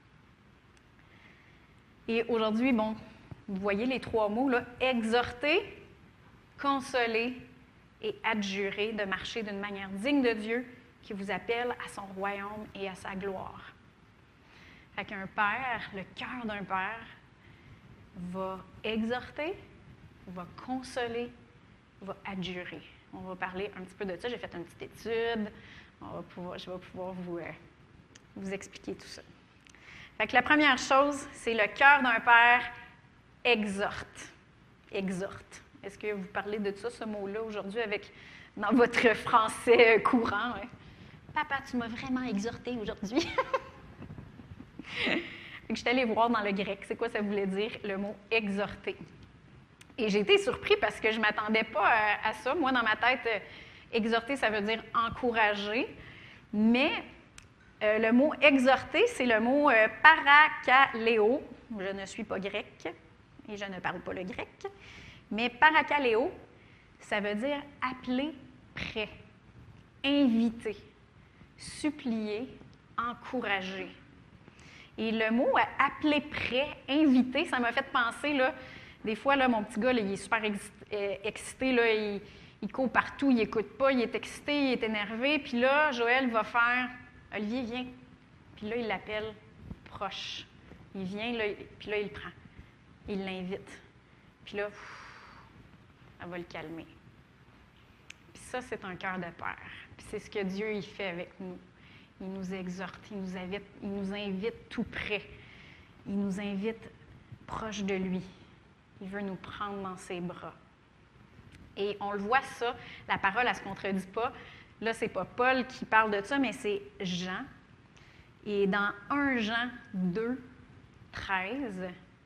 Et aujourd'hui, vous voyez les trois mots, là, exhorter, consoler et adjurer de marcher d'une manière digne de Dieu, qui vous appelle à son royaume et à sa gloire. Fait qu'un père, le cœur d'un père, va exhorter, va consoler, va adjurer. On va parler un petit peu de ça. J'ai fait une petite étude. Je vais pouvoir vous expliquer tout ça. Fait que la première chose, c'est le cœur d'un père exhorte. Exhorte. Est-ce que vous parlez de ça, ce mot-là, aujourd'hui, dans votre français courant? Hein? Papa, tu m'as vraiment exhorté aujourd'hui. Je suis allée voir dans le grec, c'est quoi ça voulait dire, le mot exhorter. Et j'ai été surpris parce que je ne m'attendais pas à ça. Moi, dans ma tête, exhorter, ça veut dire encourager. Mais le mot exhorter, c'est le mot parakaleo. Je ne suis pas grec et je ne parle pas le grec. Mais parakaleo, ça veut dire appeler près, inviter, supplier, encourager. Et le mot appeler près, inviter, ça m'a fait penser, là, des fois, là, mon petit gars, là, il est super excité, là, il court partout, il n'écoute pas, il est excité, il est énervé. Puis là, Joël va faire « Olivier, viens ». Puis là, il l'appelle proche. Il vient, là, puis là, il le prend. Il l'invite. Puis là, elle va le calmer. Puis ça, c'est un cœur de père. Puis c'est ce que Dieu, il fait avec nous. Il nous exhorte, il nous invite tout près. Il nous invite proche de lui. Il veut nous prendre dans ses bras. Et on le voit ça, la parole, elle ne se contredit pas. Là, ce n'est pas Paul qui parle de ça, mais c'est Jean. Et dans 1 Jean 2, 13,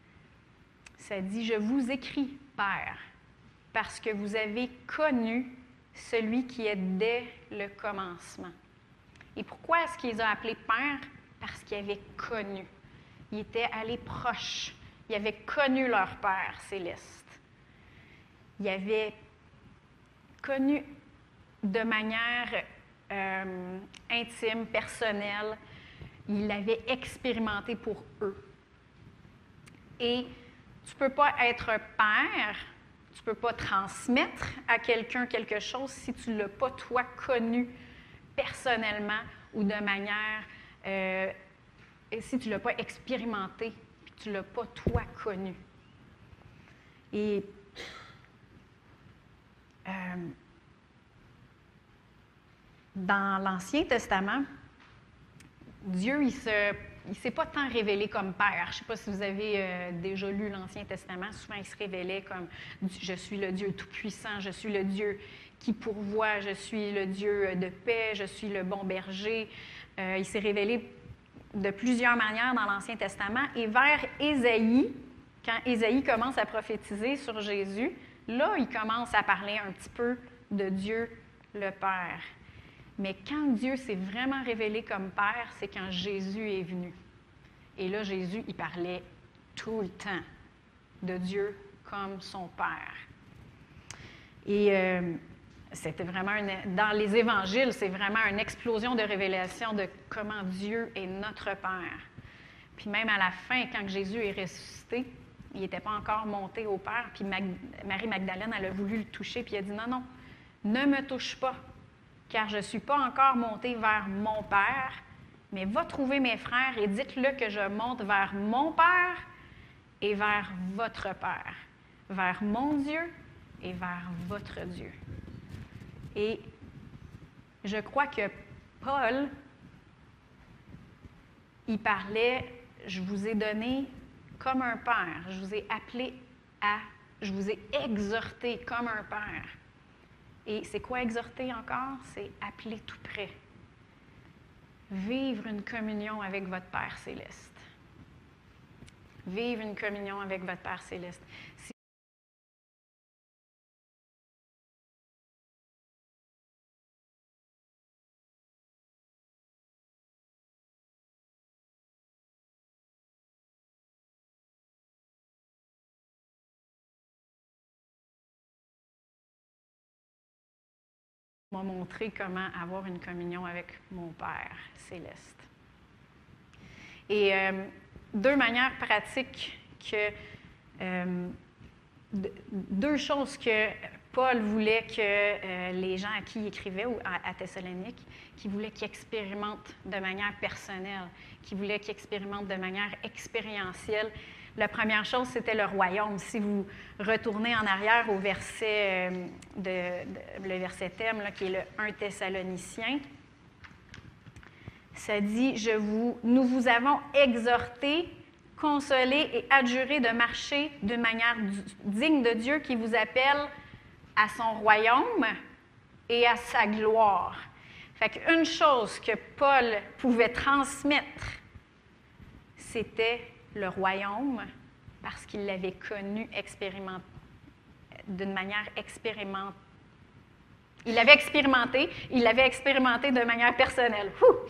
ça dit « Je vous écris, Père, parce que vous avez connu celui qui est dès le commencement. » Et pourquoi est-ce qu'il les a appelés Père? Parce qu'ils avaient connu. Ils étaient allés proches. Ils avaient connu leur Père céleste. Ils avaient connu de manière intime, personnelle. Ils l'avaient expérimenté pour eux. Et tu ne peux pas être père, tu ne peux pas transmettre à quelqu'un quelque chose si tu ne l'as pas, toi, connu personnellement ou de manière, si tu ne l'as pas expérimenté, puis tu ne l'as pas, toi, connu. Et dans l'Ancien Testament, Dieu, il ne s'est pas tant révélé comme Père. Je ne sais pas si vous avez déjà lu l'Ancien Testament. Souvent, il se révélait comme « Je suis le Dieu tout-puissant, je suis le Dieu qui pourvoit, je suis le Dieu de paix, je suis le bon berger. » Il s'est révélé de plusieurs manières dans l'Ancien Testament. Et vers Ésaïe, quand Ésaïe commence à prophétiser sur Jésus, là, il commence à parler un petit peu de Dieu le Père. Mais quand Dieu s'est vraiment révélé comme Père, c'est quand Jésus est venu. Et là, Jésus, il parlait tout le temps de Dieu comme son Père. Et c'était vraiment, dans les évangiles, c'est vraiment une explosion de révélation de comment Dieu est notre Père. Puis même à la fin, quand Jésus est ressuscité, il n'était pas encore monté au Père, puis Marie-Magdalène, elle a voulu le toucher, puis elle a dit « Non, non, ne me touche pas, car je ne suis pas encore montée vers mon Père, mais va trouver mes frères et dites-le que je monte vers mon Père et vers votre Père, vers mon Dieu et vers votre Dieu. » Et je crois que Paul, il parlait, je vous ai donné comme un père, je vous ai appelé je vous ai exhorté comme un père. Et c'est quoi exhorter encore? C'est appeler tout près. Vivre une communion avec votre Père céleste. Vivre une communion avec votre Père céleste. M'a montré comment avoir une communion avec mon Père céleste. Et deux manières pratiques deux choses que Paul voulait que les gens à qui il écrivait, ou à Thessalonique, qui voulaient qu'ils expérimentent de manière personnelle, qui voulaient qu'ils expérimentent de manière expérientielle. La première chose, c'était le royaume. Si vous retournez en arrière au verset, le verset thème, là, qui est le 1 Thessaloniciens, ça dit « Nous vous avons exhorté, consolé et adjuré de marcher d'une manière digne de Dieu qui vous appelle à son royaume et à sa gloire. » Fait qu'une chose que Paul pouvait transmettre, c'était le royaume, parce qu'il l'avait connu d'une manière expérimentée. Il l'avait expérimenté de manière personnelle.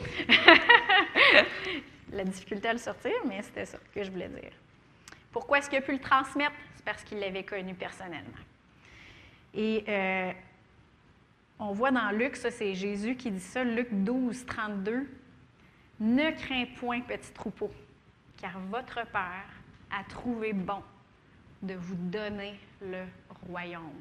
La difficulté à le sortir, mais c'était ça que je voulais dire. Pourquoi est-ce qu'il a pu le transmettre? C'est parce qu'il l'avait connu personnellement. Et on voit dans Luc, ça c'est Jésus qui dit ça, Luc 12, 32, « Ne crains point, petit troupeau, car votre Père a trouvé bon de vous donner le royaume. »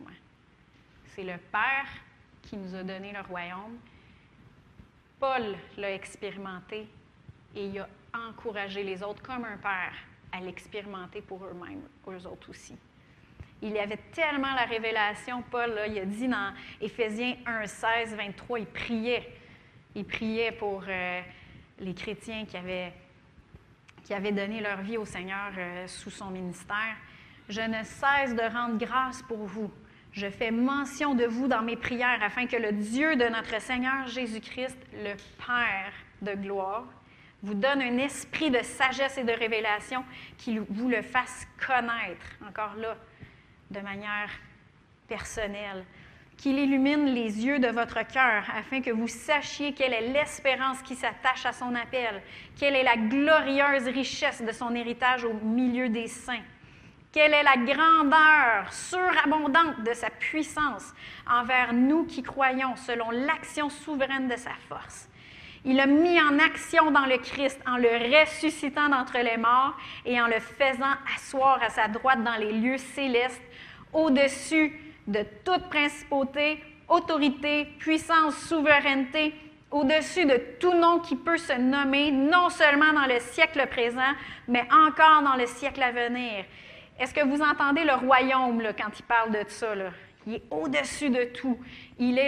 C'est le Père qui nous a donné le royaume. Paul l'a expérimenté et il a encouragé les autres comme un père à l'expérimenter pour eux-mêmes, eux autres aussi. Il y avait tellement la révélation, Paul, là, il a dit dans Éphésiens 1, 16, 23, il priait pour les chrétiens qui avaient donné leur vie au Seigneur sous son ministère. « Je ne cesse de rendre grâce pour vous. Je fais mention de vous dans mes prières afin que le Dieu de notre Seigneur Jésus-Christ, le Père de gloire, vous donne un esprit de sagesse et de révélation qui vous le fasse connaître, encore là, de manière personnelle, qu'il illumine les yeux de votre cœur afin que vous sachiez quelle est l'espérance qui s'attache à son appel, quelle est la glorieuse richesse de son héritage au milieu des saints, quelle est la grandeur surabondante de sa puissance envers nous qui croyons selon l'action souveraine de sa force. Il l'a mis en action dans le Christ en le ressuscitant d'entre les morts et en le faisant asseoir à sa droite dans les lieux célestes, au-dessus de toute principauté, autorité, puissance, souveraineté, au-dessus de tout nom qui peut se nommer, non seulement dans le siècle présent, mais encore dans le siècle à venir. Est-ce que vous entendez le royaume là, quand il parle de ça? Là? Il est au-dessus de tout. Il est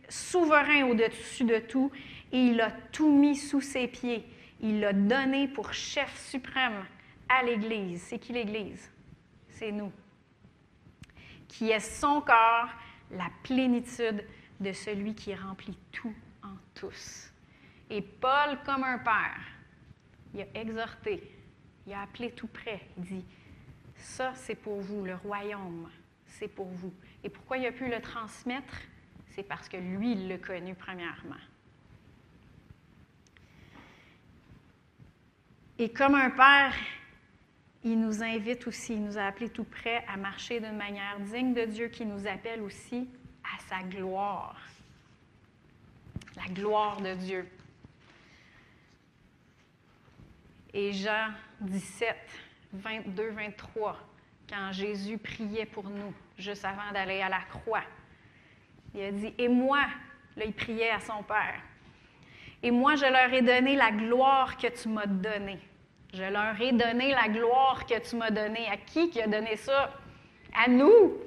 souverain au-dessus de tout, et il a tout mis sous ses pieds. Il l'a donné pour chef suprême à l'Église. C'est qui l'Église? C'est nous. Qui est son corps, la plénitude de celui qui remplit tout en tous. Et Paul, comme un père, il a exhorté, il a appelé tout près. Il dit, ça c'est pour vous, le royaume, c'est pour vous. Et pourquoi il a pu le transmettre? C'est parce que lui, il l'a connu premièrement. Et comme un père, il nous invite aussi, il nous a appelés tout près à marcher d'une manière digne de Dieu, qui nous appelle aussi à sa gloire. La gloire de Dieu. Et Jean 17, 22, 23, quand Jésus priait pour nous, juste avant d'aller à la croix, il a dit, « Et moi, » là, il priait à son Père, « Et moi, je leur ai donné la gloire que tu m'as donnée. » Je leur ai donné la gloire que tu m'as donnée. À qui a donné ça? À nous.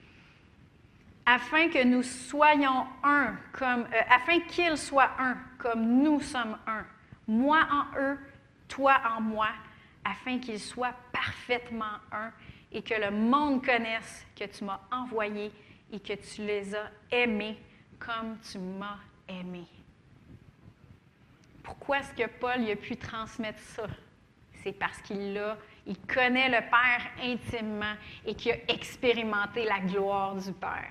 Afin que nous soyons un, afin qu'ils soient un, comme nous sommes un. Moi en eux, toi en moi, afin qu'ils soient parfaitement un et que le monde connaisse que tu m'as envoyé et que tu les as aimés comme tu m'as aimé. Pourquoi est-ce que Paul a pu transmettre ça? C'est parce qu'il connaît le Père intimement et qu'il a expérimenté la gloire du Père.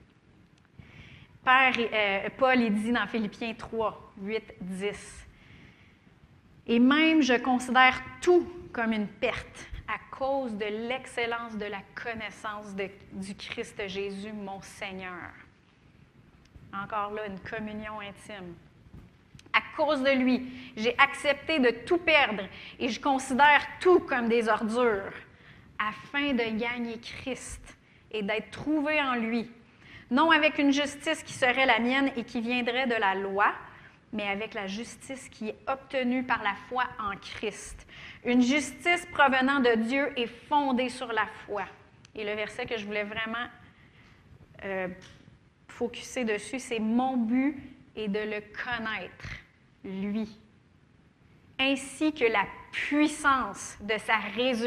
Paul, il dit dans Philippiens 3, 8, 10, « Et même je considère tout comme une perte à cause de l'excellence de la connaissance du Christ Jésus, mon Seigneur. » Encore là, une communion intime. À cause de lui, j'ai accepté de tout perdre et je considère tout comme des ordures, afin de gagner Christ et d'être trouvé en lui, non avec une justice qui serait la mienne et qui viendrait de la loi, mais avec la justice qui est obtenue par la foi en Christ. Une justice provenant de Dieu et fondée sur la foi. Et le verset que je voulais vraiment focusser dessus, c'est « Mon but est de le connaître, lui, ainsi que la puissance de sa résurrection. »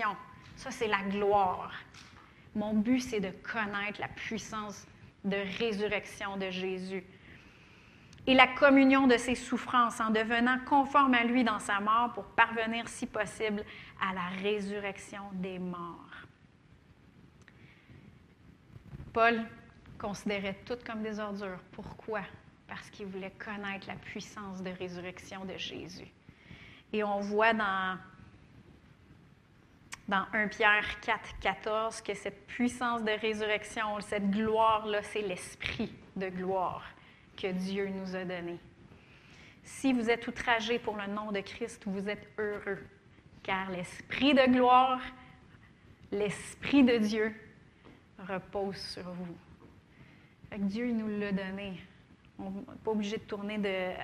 Ça, c'est la gloire. Mon but, c'est de connaître la puissance de résurrection de Jésus. Et la communion de ses souffrances en devenant conforme à lui dans sa mort pour parvenir, si possible, à la résurrection des morts. Paul considérait tout comme des ordures. Pourquoi? Parce qu'il voulait connaître la puissance de résurrection de Jésus. Et on voit dans 1 Pierre 4, 14 que cette puissance de résurrection, cette gloire-là, c'est l'esprit de gloire que Dieu nous a donné. Si vous êtes outragés pour le nom de Christ, vous êtes heureux, car l'esprit de gloire, l'esprit de Dieu repose sur vous. Fait que Dieu il nous l'a donné. On n'est pas obligé de tourner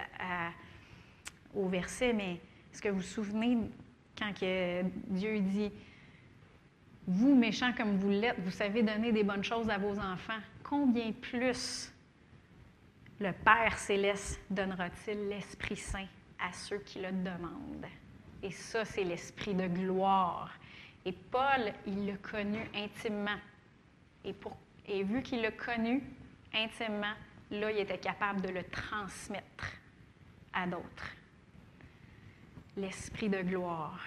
au verset, mais est-ce que vous vous souvenez quand que Dieu dit « Vous, méchants comme vous l'êtes, vous savez donner des bonnes choses à vos enfants. Combien plus le Père céleste donnera-t-il l'Esprit Saint à ceux qui le demandent? » Et ça, c'est l'Esprit de gloire. Et Paul, il l'a connu intimement. Et vu qu'il l'a connu intimement, là, il était capable de le transmettre à d'autres. L'Esprit de gloire.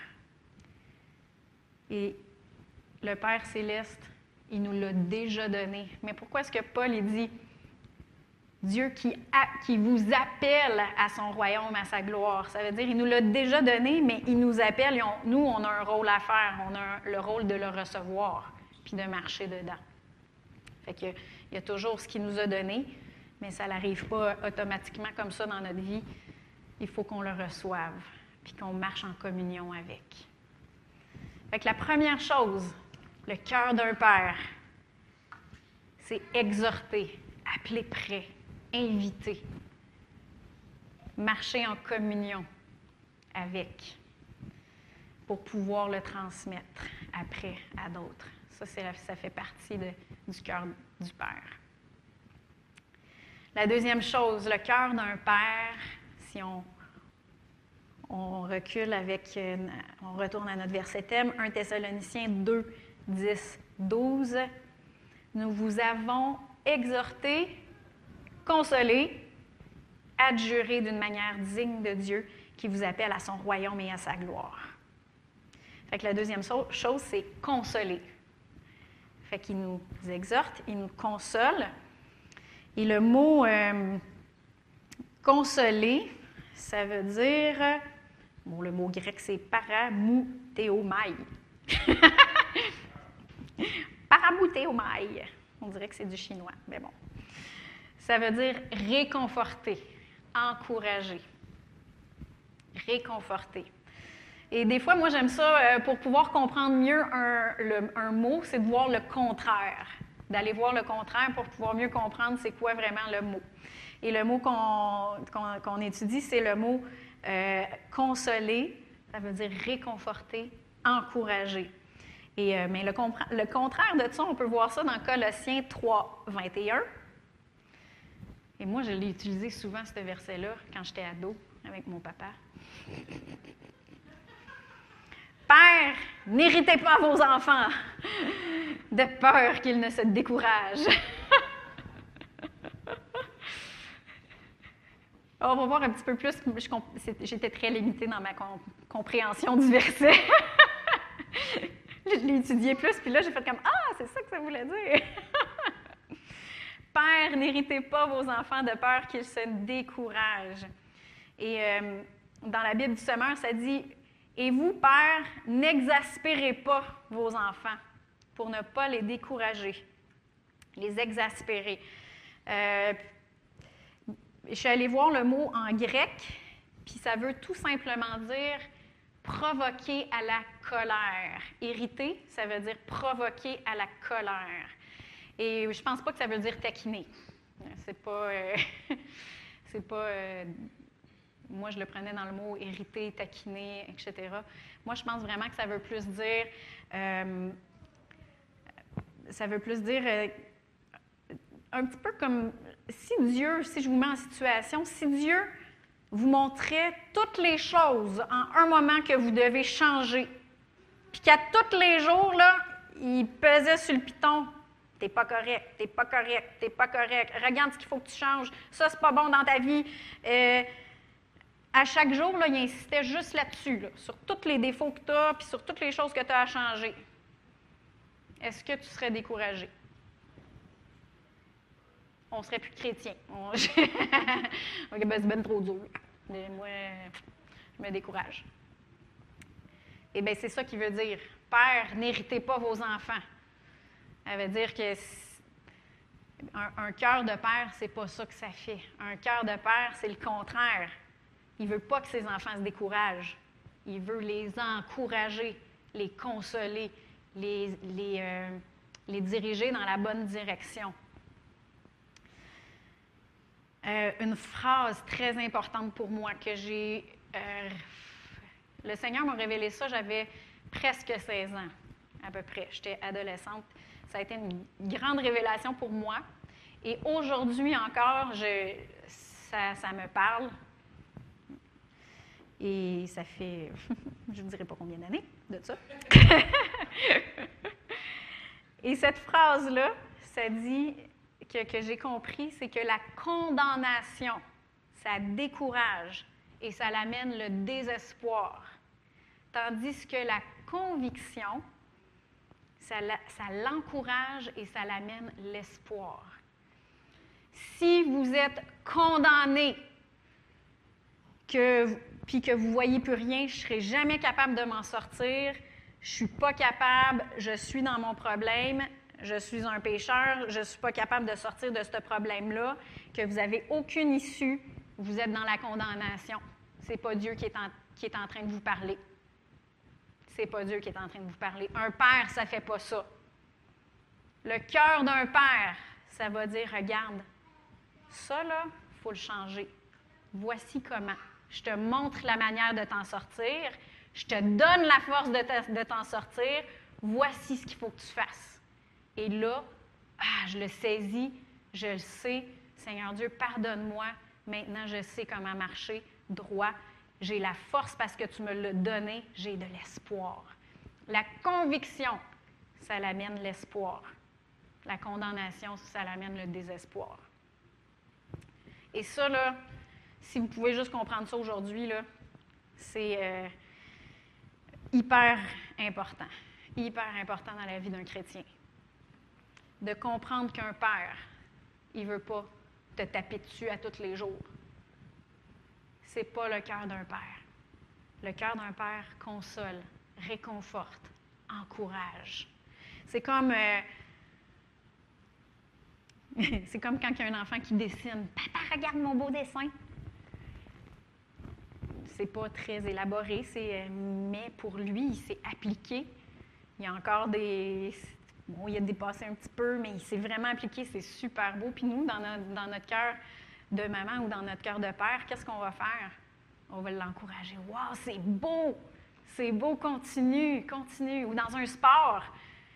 Et le Père céleste, il nous l'a déjà donné. Mais pourquoi est-ce que Paul il dit Dieu qui vous appelle à son royaume, à sa gloire? Ça veut dire qu'il nous l'a déjà donné, mais il nous appelle. Nous, on a un rôle à faire. On a le rôle de le recevoir puis de marcher dedans. Fait qu'il y a toujours ce qu'il nous a donné, mais ça n'arrive pas automatiquement comme ça dans notre vie. Il faut qu'on le reçoive puis qu'on marche en communion avec. Fait que la première chose, le cœur d'un père, c'est exhorter, appeler près, inviter, marcher en communion avec pour pouvoir le transmettre après à d'autres. Ça fait partie du cœur du Père. La deuxième chose, le cœur d'un père, si on recule on retourne à notre verset thème, 1 Thessaloniciens 2, 10, 12. Nous vous avons exhorté, consolé, adjuré d'une manière digne de Dieu qui vous appelle à son royaume et à sa gloire. Fait que la deuxième chose, c'est consoler. Fait qu'il nous exhorte, il nous console. Et le mot consoler, ça veut dire, le mot grec c'est paramoutéomai. Paramoutéomai. On dirait que c'est du chinois, mais bon. Ça veut dire réconforter, encourager. Réconforter. Et des fois, moi, j'aime ça, pour pouvoir comprendre mieux un mot, c'est de voir le contraire. D'aller voir le contraire pour pouvoir mieux comprendre c'est quoi vraiment le mot. Et le mot qu'on étudie, c'est le mot consoler, ça veut dire réconforter, encourager. Mais le contraire de ça, on peut voir ça dans Colossiens 3, 21. Et moi, je l'ai utilisé souvent, ce verset-là, quand j'étais ado, avec mon papa. Père, n'héritez pas vos enfants de peur qu'ils ne se découragent. On va voir un petit peu plus. J'étais très limitée dans ma compréhension du verset. Je l'ai étudié plus, puis là, j'ai fait comme « Ah, c'est ça que ça voulait dire! » Père, n'héritez pas vos enfants de peur qu'ils se découragent. Et dans la Bible du Semeur, ça dit « Et vous, pères, n'exaspérez pas vos enfants pour ne pas les décourager, les exaspérer. » Je suis allée voir le mot en grec, puis ça veut tout simplement dire provoquer à la colère. Irriter, ça veut dire provoquer à la colère. Et je pense pas que ça veut dire taquiner. C'est pas... moi, je le prenais dans le mot irriter, taquiner, etc. Moi, je pense vraiment que ça veut plus dire... un petit peu comme si je vous mets en situation, si Dieu vous montrait toutes les choses en un moment que vous devez changer, puis qu'à tous les jours, là, il pesait sur le piton. T'es pas correct, t'es pas correct, t'es pas correct. Regarde ce qu'il faut que tu changes. Ça, c'est pas bon dans ta vie. À chaque jour, là, il insistait juste là-dessus, là, sur tous les défauts que tu as, puis sur toutes les choses que tu as à changer. Est-ce que tu serais découragé? On serait plus chrétien. OK, ben, c'est bien trop dur. Mais moi, je me décourage. Eh bien, c'est ça qu'il veut dire. Père, n'héritez pas vos enfants. Ça veut dire que un cœur de père, c'est pas ça que ça fait. Un cœur de père, c'est le contraire. Il ne veut pas que ses enfants se découragent. Il veut les encourager, les consoler, les diriger dans la bonne direction. Une phrase très importante pour moi que j'ai... le Seigneur m'a révélé ça, j'avais presque 16 ans, à peu près. J'étais adolescente. Ça a été une grande révélation pour moi. Et aujourd'hui encore, ça me parle. Et ça fait, je ne dirai pas combien d'années de ça. Et cette phrase-là, ça dit... que j'ai compris, c'est que la condamnation, ça décourage et ça l'amène le désespoir. Tandis que la conviction, ça l'encourage et ça l'amène l'espoir. Si vous êtes condamné, puis que vous ne voyez plus rien, je ne serai jamais capable de m'en sortir, je ne suis pas capable, je suis dans mon problème, je suis un pécheur, je ne suis pas capable de sortir de ce problème-là, que vous n'avez aucune issue, vous êtes dans la condamnation. Ce n'est pas Dieu qui est en train de vous parler. C'est pas Dieu qui est en train de vous parler. Un père, ça ne fait pas ça. Le cœur d'un père, ça va dire, regarde, ça là, il faut le changer. Voici comment. Je te montre la manière de t'en sortir. Je te donne la force de t'en sortir. Voici ce qu'il faut que tu fasses. Et là, je le saisis, je le sais, Seigneur Dieu, pardonne-moi. Maintenant, je sais comment marcher droit. J'ai la force parce que tu me l'as donné. J'ai de l'espoir. La conviction, ça l'amène l'espoir. La condamnation, ça l'amène le désespoir. Et ça, là, si vous pouvez juste comprendre ça aujourd'hui, là, c'est hyper important. Hyper important dans la vie d'un chrétien. De comprendre qu'un père, il ne veut pas te taper dessus à tous les jours. Ce n'est pas le cœur d'un père. Le cœur d'un père console, réconforte, encourage. C'est comme quand il y a un enfant qui dessine. « Papa, regarde mon beau dessin! » C'est pas très élaboré, mais pour lui, il s'est appliqué. Il y a encore des... Bon, il a dépassé un petit peu, mais il s'est vraiment appliqué, c'est super beau. Puis nous, dans notre cœur de maman ou dans notre cœur de père, qu'est-ce qu'on va faire? On va l'encourager. « Wow, c'est beau! C'est beau, continue, continue! » Ou dans un sport,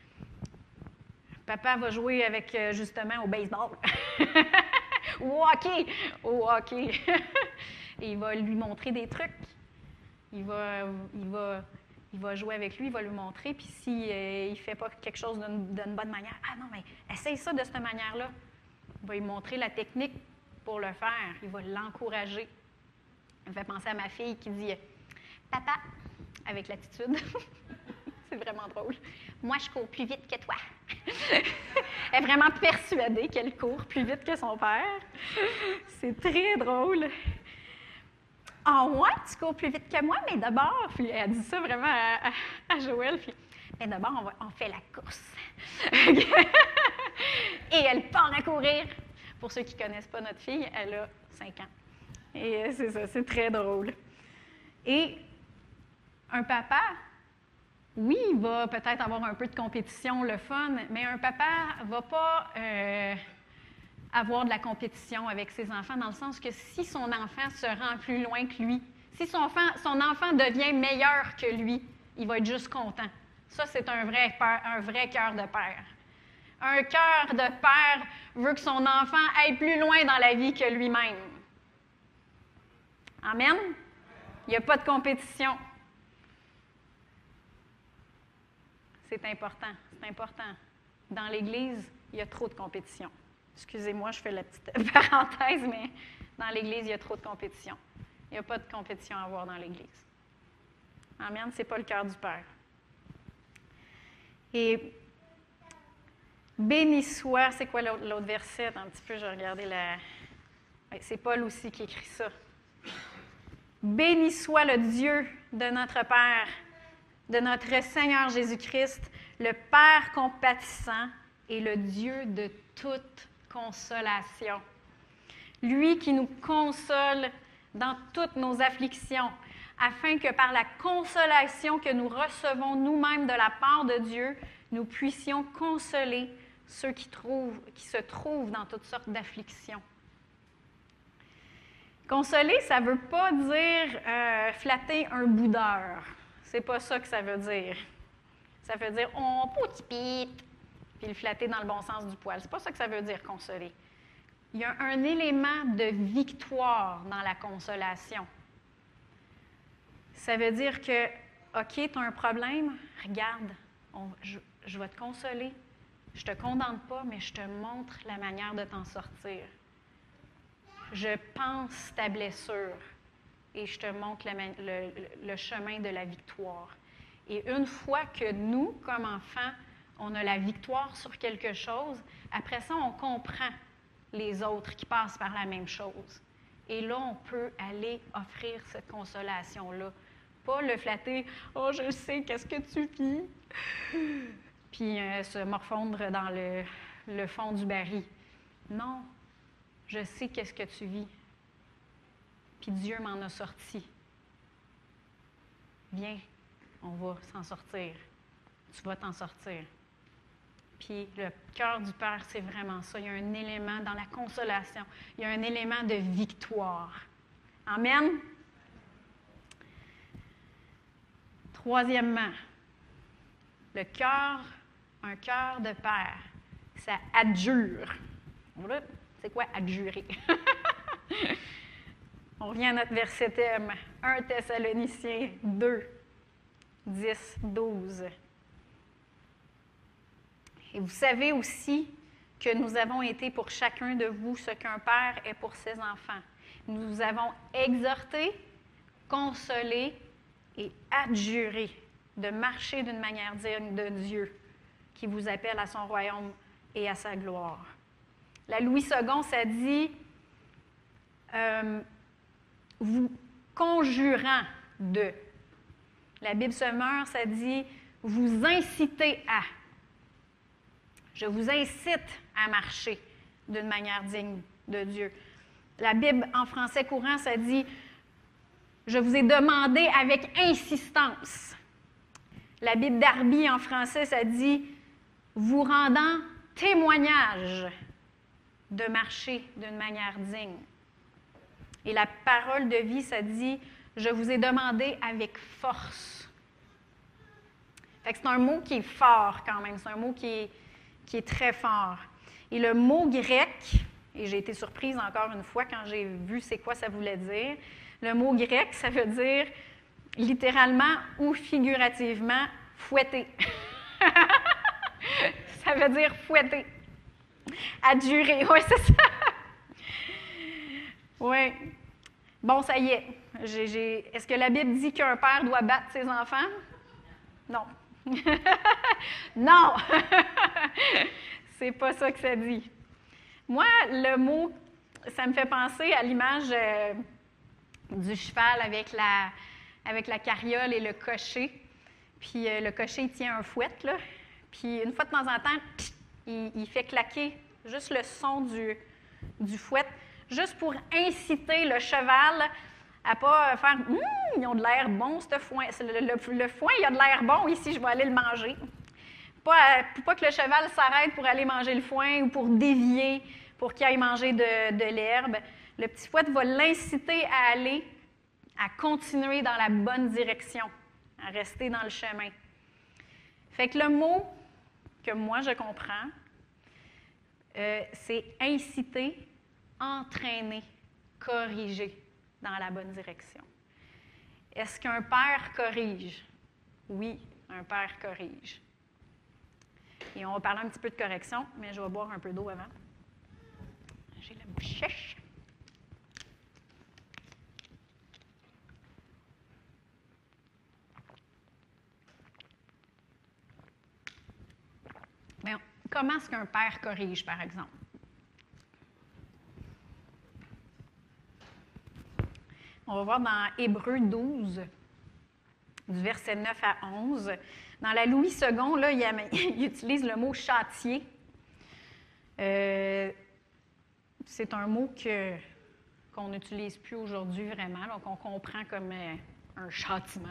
papa va jouer avec, justement, au baseball. Ou au hockey. Et il va lui montrer des trucs. Il va jouer avec lui, il va lui montrer. Puis s'il ne fait pas quelque chose d'une bonne manière, « Ah non, mais essaye ça de cette manière-là. » Il va lui montrer la technique pour le faire. Il va l'encourager. Ça me fait penser à ma fille qui dit « Papa », avec l'attitude. C'est vraiment drôle. « Moi, je cours plus vite que toi. » Elle est vraiment persuadée qu'elle court plus vite que son père. C'est très drôle. « Ah ouais, tu cours plus vite que moi, mais d'abord... » Puis elle dit ça vraiment à Joël. Puis, « Mais d'abord, on fait la course. » Et elle part à courir. Pour ceux qui ne connaissent pas notre fille, elle a 5 ans. Et c'est ça, c'est très drôle. Et un papa, oui, il va peut-être avoir un peu de compétition, le fun, mais un papa ne va pas avoir de la compétition avec ses enfants, dans le sens que si son enfant se rend plus loin que lui, si son enfant devient meilleur que lui, il va être juste content. Ça, c'est un vrai cœur de père. Un cœur de père veut que son enfant aille plus loin dans la vie que lui-même. Amen? Il n'y a pas de compétition. C'est important, c'est important. Dans l'Église, il y a trop de compétition. Excusez-moi, je fais la petite parenthèse, mais dans l'Église, il y a trop de compétition. Il n'y a pas de compétition à avoir dans l'Église. Amen, ce n'est pas le cœur du Père. Et béni soit, c'est quoi l'autre verset? Un petit peu, je vais regarder la... Oui, c'est Paul aussi qui écrit ça. Béni soit le Dieu de notre Père, de notre Seigneur Jésus-Christ, le Père compatissant et le Dieu de toute consolation. Lui qui nous console dans toutes nos afflictions, afin que par la consolation que nous recevons nous-mêmes de la part de Dieu, nous puissions consoler ceux qui se trouvent dans toutes sortes d'afflictions. Consoler, ça ne veut pas dire flatter un boudeur. C'est pas ça que ça veut dire. Ça veut dire « on petit pite », puis le flatter dans le bon sens du poil. C'est pas ça que ça veut dire, consoler. Il y a un élément de victoire dans la consolation. Ça veut dire que, OK, tu as un problème, regarde, je vais te consoler. Je ne te condamne pas, mais je te montre la manière de t'en sortir. Je pense ta blessure et je te montre le chemin de la victoire. Et une fois que nous, comme enfants, on a la victoire sur quelque chose, après ça, on comprend les autres qui passent par la même chose. Et là, on peut aller offrir cette consolation-là. Pas le flatter « Oh, je sais, qu'est-ce que tu vis? » Puis se morfondre dans le fond du baril. Non, je sais qu'est-ce que tu vis. Puis Dieu m'en a sorti. Viens, on va s'en sortir. Tu vas t'en sortir. Puis le cœur du Père, c'est vraiment ça. Il y a un élément dans la consolation. Il y a un élément de victoire. Amen? Troisièmement, un cœur de Père, ça adjure. C'est quoi adjurer? On revient à notre verset thème, 1 Thessaloniciens 2, 10, 12. Et vous savez aussi que nous avons été pour chacun de vous ce qu'un père est pour ses enfants. Nous vous avons exhorté, consolé et adjuré de marcher d'une manière digne de Dieu qui vous appelle à son royaume et à sa gloire. La Louis II, ça dit vous conjurant de. La Bible Semeur, ça dit vous incitez à. Je vous incite à marcher d'une manière digne de Dieu. La Bible en français courant, ça dit je vous ai demandé avec insistance. La Bible Darby en français, ça dit vous rendant témoignage de marcher d'une manière digne. Et la parole de vie, ça dit je vous ai demandé avec force. Fait que c'est un mot qui est fort quand même, c'est un mot qui est très fort. Et le mot grec, et j'ai été surprise encore une fois quand j'ai vu c'est quoi ça voulait dire, le mot grec, ça veut dire littéralement ou figurativement fouetter. Ça veut dire fouetter. Adjurer, oui, c'est ça. Oui. Bon, ça y est. Est-ce que la Bible dit qu'un père doit battre ses enfants? Non. Non! C'est pas ça que ça dit. Moi, le mot, ça me fait penser à l'image du cheval avec la carriole et le cocher. Puis le cocher, il tient un fouet, là. Puis une fois de temps en temps, il fait claquer juste le son du fouet, juste pour inciter le cheval à ne pas faire « ils ont de l'air bon, ce foin. Le foin, il a de l'air bon, ici, je vais aller le manger. » Pas que le cheval s'arrête pour aller manger le foin ou pour dévier, pour qu'il aille manger de l'herbe. Le petit fouet va l'inciter à aller, à continuer dans la bonne direction, à rester dans le chemin. Fait que le mot que moi je comprends, c'est inciter, entraîner, corriger dans la bonne direction. Est-ce qu'un père corrige? Oui, un père corrige. Et on va parler un petit peu de correction, mais je vais boire un peu d'eau avant. J'ai la bouche sèche. Mais comment est-ce qu'un père corrige, par exemple? On va voir dans Hébreux 12, du verset 9 à 11. Dans la Louis II, là, il utilise le mot « châtier ». C'est un mot qu'on n'utilise plus aujourd'hui vraiment, donc on comprend comme un châtiment.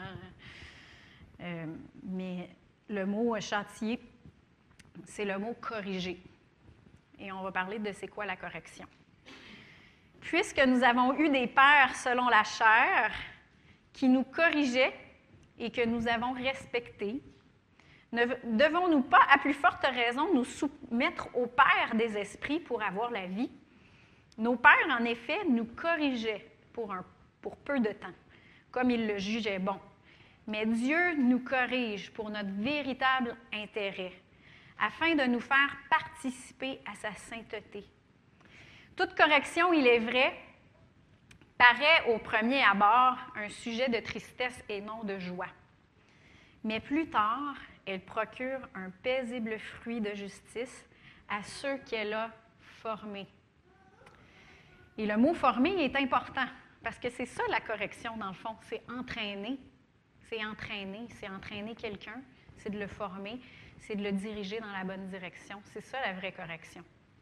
Mais le mot « châtier », c'est le mot « corriger ». Et on va parler de c'est quoi la correction. Puisque nous avons eu des pères selon la chair qui nous corrigeaient et que nous avons respectés, ne devons-nous pas, à plus forte raison, nous soumettre aux pères des esprits pour avoir la vie? Nos pères, en effet, nous corrigeaient pour peu de temps, comme ils le jugeaient bon. Mais Dieu nous corrige pour notre véritable intérêt, afin de nous faire participer à sa sainteté. Toute correction, il est vrai, paraît au premier abord un sujet de tristesse et non de joie. Mais plus tard, elle procure un paisible fruit de justice à ceux qu'elle a formés. Et le mot « former » est important, parce que c'est ça la correction, dans le fond, c'est entraîner. C'est entraîner quelqu'un, c'est de le former, c'est de le diriger dans la bonne direction. C'est ça la vraie correction.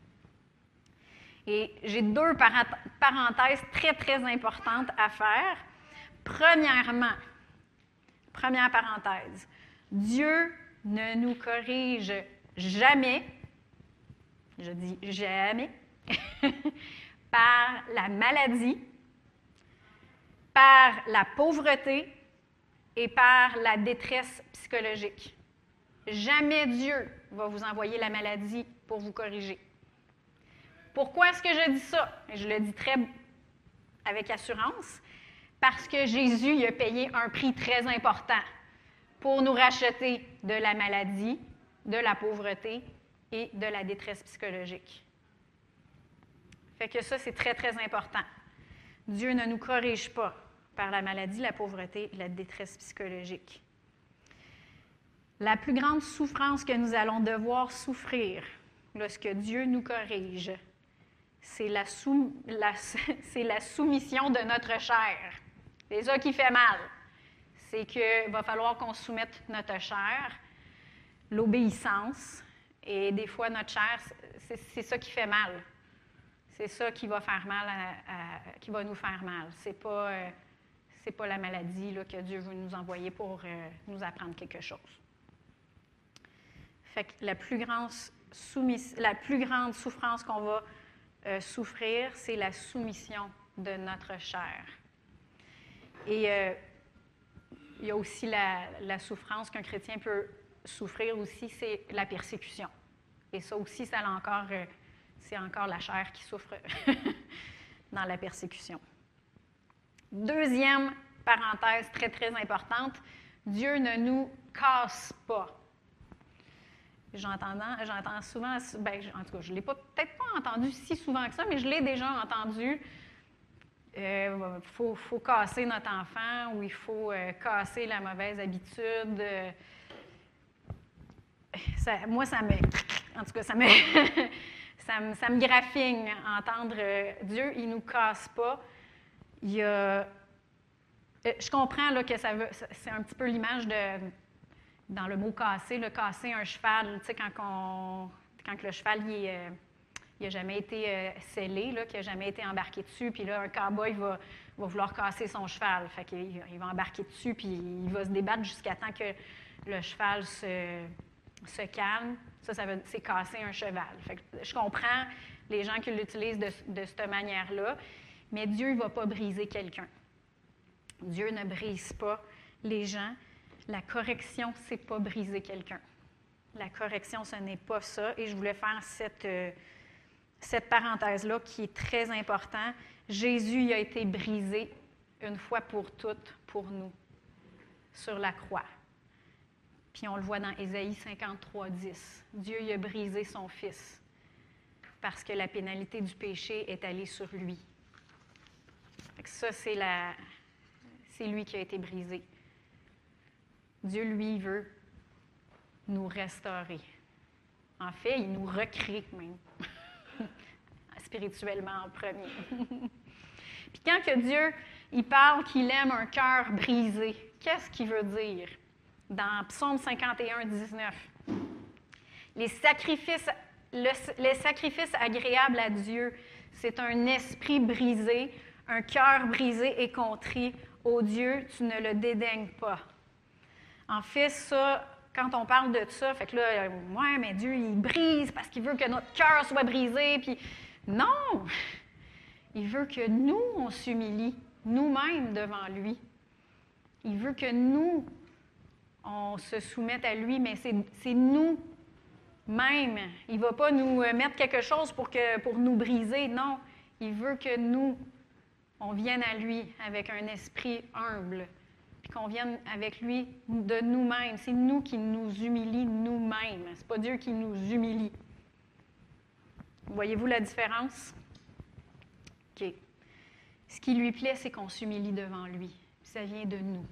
Et j'ai deux parenthèses très, très importantes à faire. Premièrement, première parenthèse, Dieu ne nous corrige jamais, je dis jamais, par la maladie, par la pauvreté et par la détresse psychologique. Jamais Dieu va vous envoyer la maladie pour vous corriger. Pourquoi est-ce que je dis ça? Je le dis avec assurance, parce que Jésus il a payé un prix très important pour nous racheter de la maladie, de la pauvreté et de la détresse psychologique. Fait que ça, c'est très, très important. Dieu ne nous corrige pas par la maladie, la pauvreté et la détresse psychologique. La plus grande souffrance que nous allons devoir souffrir lorsque Dieu nous corrige, c'est la soumission de notre chair. C'est ça qui fait mal. C'est qu'il va falloir qu'on soumette notre chair, l'obéissance, et des fois notre chair, c'est ça qui fait mal. C'est ça qui va faire mal, qui va nous faire mal. C'est pas la maladie là, que Dieu veut nous envoyer pour nous apprendre quelque chose. Fait que la plus grande souffrance qu'on va souffrir, c'est la soumission de notre chair. Et il y a aussi la souffrance qu'un chrétien peut souffrir aussi, c'est la persécution. Et ça aussi, c'est encore la chair qui souffre dans la persécution. Deuxième parenthèse très, très importante, Dieu ne nous casse pas. J'entends souvent, en tout cas, je ne l'ai peut-être pas entendu si souvent que ça, mais je l'ai déjà entendu. Faut casser notre enfant ou il faut casser la mauvaise habitude. Moi, ça me graffigne entendre Dieu, il ne nous casse pas. Je comprends là, que c'est un petit peu l'image dans le mot casser, casser un cheval, tu sais, quand le cheval il n'a jamais été sellé, là, qu'il n'a jamais été embarqué dessus, puis là, un cow-boy va vouloir casser son cheval. Fait qu'il va embarquer dessus, puis il va se débattre jusqu'à temps que le cheval se calme. C'est casser un cheval. Fait que je comprends les gens qui l'utilisent de cette manière-là, mais Dieu ne va pas briser quelqu'un. Dieu ne brise pas les gens. La correction, ce n'est pas briser quelqu'un. La correction, ce n'est pas ça. Et je voulais faire cette parenthèse-là qui est très importante. Jésus a été brisé une fois pour toutes pour nous, sur la croix. Puis on le voit dans Ésaïe 53:10. Dieu il a brisé son Fils parce que la pénalité du péché est allée sur lui. Fait que ça, c'est lui qui a été brisé. Dieu, lui, veut nous restaurer. En fait, il nous recrée même, spirituellement en premier. Puis quand que Dieu, il parle qu'il aime un cœur brisé, qu'est-ce qu'il veut dire? Dans Psaume 51:19, les sacrifices agréables à Dieu, c'est un esprit brisé, un cœur brisé et contrit. Ô Dieu, tu ne le dédaignes pas. En fait, ça, quand on parle de ça, fait que là, ouais, mais Dieu, il brise parce qu'il veut que notre cœur soit brisé. Puis non! Il veut que nous, on s'humilie, nous-mêmes devant lui. Il veut que nous, on se soumette à lui, mais c'est nous-mêmes. Il ne va pas nous mettre quelque chose pour nous briser. Non, il veut que nous, on vienne à lui avec un esprit humble, puis qu'on vienne avec lui de nous-mêmes. C'est nous qui nous humilie nous-mêmes. Ce n'est pas Dieu qui nous humilie. Voyez-vous la différence? OK. Ce qui lui plaît, c'est qu'on s'humilie devant lui. Ça vient de nous.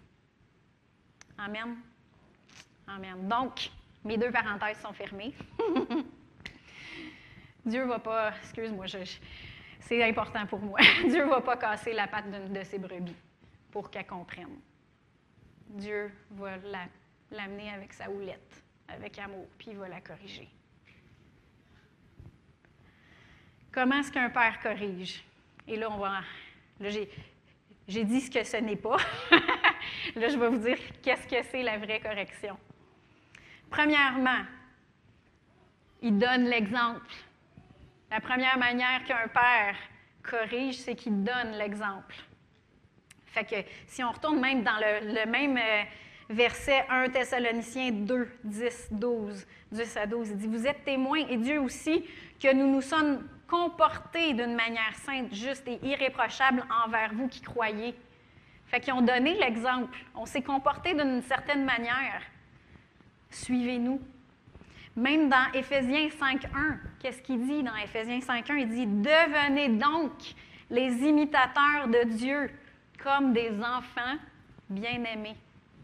Amen. Amen. Donc, mes deux parenthèses sont fermées. Dieu ne va pas, excuse-moi, c'est important pour moi. Dieu ne va pas casser la patte d'une de ses brebis pour qu'elle comprenne. Dieu va l'amener avec sa houlette, avec amour, puis il va la corriger. Comment est-ce qu'un père corrige? Et là, j'ai dit ce que ce n'est pas. Là, je vais vous dire qu'est-ce que c'est la vraie correction. Premièrement, il donne l'exemple. La première manière qu'un père corrige, c'est qu'il donne l'exemple. Fait que si on retourne même dans le même verset 1 Thessaloniciens 2, 10 à 12, il dit « Vous êtes témoins, et Dieu aussi, que nous nous sommes comporter d'une manière sainte, juste et irréprochable envers vous qui croyez. Fait qu'ils ont donné l'exemple. On s'est comporté d'une certaine manière. Suivez-nous. Même dans Éphésiens 5.1, qu'est-ce qu'il dit dans Éphésiens 5.1? Il dit « Devenez donc les imitateurs de Dieu comme des enfants bien-aimés. »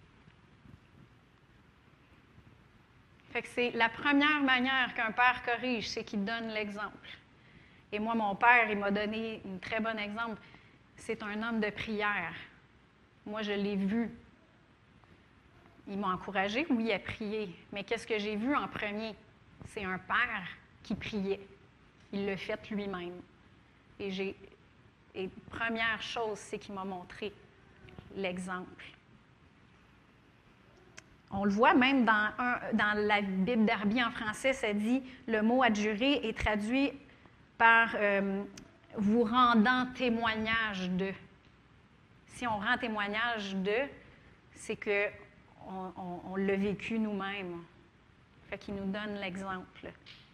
Fait que c'est la première manière qu'un père corrige, c'est qu'il donne l'exemple. Et moi, mon père, il m'a donné un très bon exemple. C'est un homme de prière. Moi, je l'ai vu. Il m'a encouragé, oui, à prier. Mais qu'est-ce que j'ai vu en premier? C'est un père qui priait. Il l'a fait lui-même. Et première chose, c'est qu'il m'a montré l'exemple. On le voit même dans la Bible d'Arby en français, ça dit, le mot adjurer est traduit par vous rendant témoignage de. Si on rend témoignage de, c'est qu'on l'a vécu nous-mêmes. Fait qu'il nous donne l'exemple.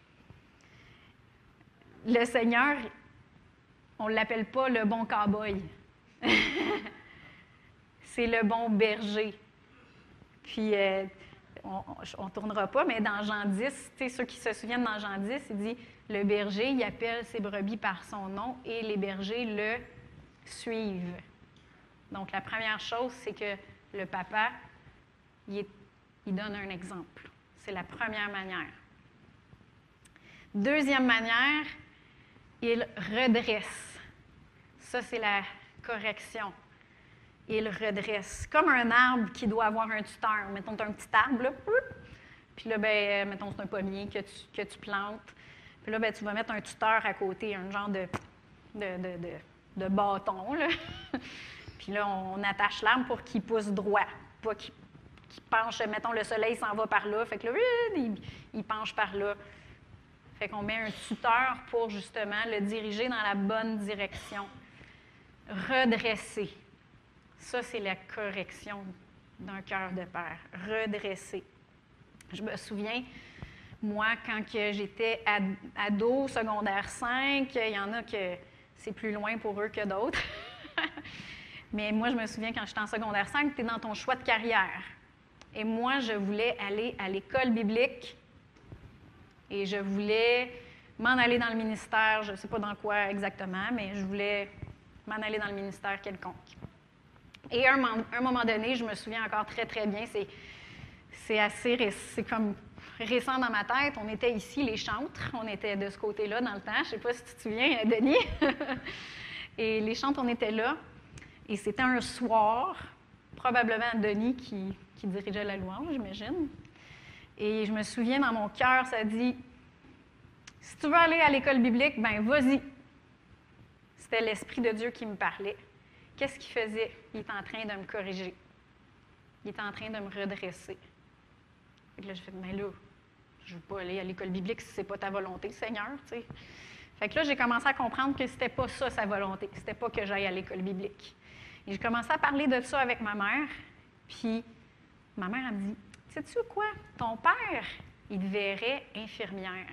Le Seigneur, on ne l'appelle pas le bon cow-boy. C'est le bon berger. Puis, on ne tournera pas, mais dans Jean 10, ceux qui se souviennent dans Jean 10, il dit, le berger, il appelle ses brebis par son nom et les bergers le suivent. Donc, la première chose, c'est que le papa, il donne un exemple. C'est la première manière. Deuxième manière, il redresse. Ça, c'est la correction. Il redresse. Comme un arbre qui doit avoir un tuteur. Mettons, tu as un petit arbre, là, puis là, mettons, c'est un pommier que tu plantes. Puis là, tu vas mettre un tuteur à côté, un genre de bâton, là. Puis là, on attache l'arbre pour qu'il pousse droit, pas qu'il penche. Mettons, le soleil s'en va par là, fait que là, il penche par là. Fait qu'on met un tuteur pour, justement, le diriger dans la bonne direction. Redresser. Ça, c'est la correction d'un cœur de père. Redresser. Je me souviens, moi, quand j'étais ado, secondaire 5, il y en a que c'est plus loin pour eux que d'autres. Mais moi, je me souviens, quand j'étais en secondaire 5, tu es dans ton choix de carrière. Et moi, je voulais aller à l'école biblique et je voulais m'en aller dans le ministère, je ne sais pas dans quoi exactement, mais je voulais m'en aller dans le ministère quelconque. Et à un moment donné, je me souviens encore très, très bien, c'est comme récent dans ma tête. On était ici, les chantres, on était de ce côté-là dans le temps. Je ne sais pas si tu te souviens, Denis. Et les chantres, on était là. Et c'était un soir, probablement Denis qui dirigeait la louange, j'imagine. Et je me souviens, dans mon cœur, ça dit, si tu veux aller à l'école biblique, ben vas-y. C'était l'Esprit de Dieu qui me parlait. Qu'est-ce qu'il faisait? Il était en train de me corriger. Il était en train de me redresser. Fait que là, je fais, mais là, je ne veux pas aller à l'école biblique si ce n'est pas ta volonté, Seigneur, tu sais. Fait que là, j'ai commencé à comprendre que c'était pas ça, sa volonté. C'était pas que j'aille à l'école biblique. Et j'ai commencé à parler de ça avec ma mère. Puis, ma mère, elle me dit, sais-tu quoi? Ton père, il te verrait infirmière.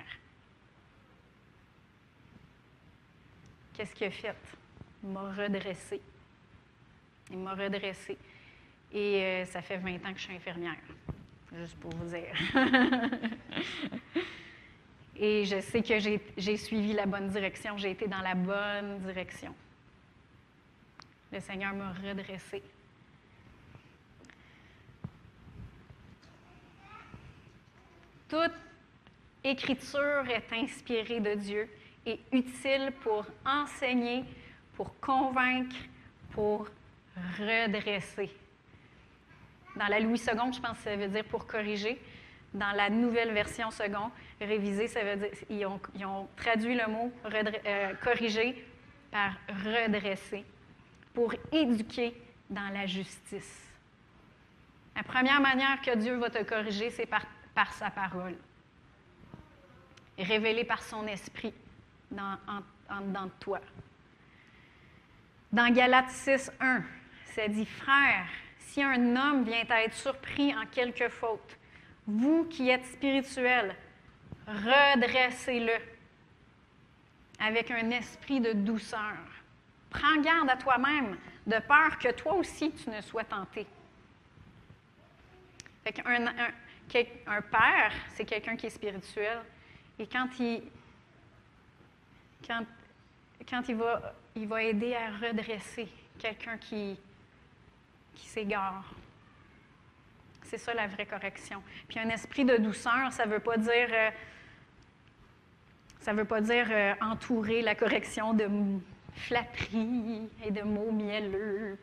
Qu'est-ce qu'il a fait? Il m'a redressée. Il m'a redressée. Et ça fait 20 ans que je suis infirmière, juste pour vous dire. Et je sais que j'ai suivi la bonne direction, j'ai été dans la bonne direction. Le Seigneur m'a redressée. Toute Écriture est inspirée de Dieu et utile pour enseigner, pour convaincre, pour redresser. Dans la Louis II, je pense que ça veut dire pour corriger. Dans la nouvelle version second, réviser, ça veut dire ils ont traduit le mot corriger par redresser, pour éduquer dans la justice. La première manière que Dieu va te corriger, c'est par sa parole, révélée par son esprit en dedans de toi. Dans Galates 6.1, ça dit « Frères, si un homme vient à être surpris en quelque faute, vous qui êtes spirituels, redressez-le. avec un esprit de douceur. Prends garde à toi-même, de peur que toi aussi tu ne sois tenté. Fait un père, c'est quelqu'un qui est spirituel. Et quand il va aider à redresser quelqu'un qui s'égare. C'est ça la vraie correction. Puis un esprit de douceur, ça ne veut pas dire entourer la correction de flatterie et de mots mielleux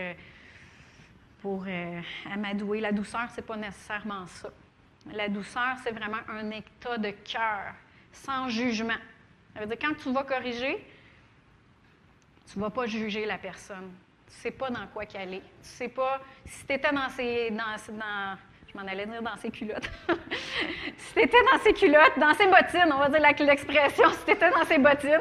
pour amadouer. La douceur, ce n'est pas nécessairement ça. La douceur, c'est vraiment un état de cœur, sans jugement. Ça veut dire que quand tu vas corriger, tu ne vas pas juger la personne. Tu ne sais pas dans quoi qu'elle est. Tu ne sais pas si tu étais je m'en allais dire dans ses culottes. Si tu étais dans ses culottes, dans ses bottines, on va dire l'expression, si tu étais dans ses bottines.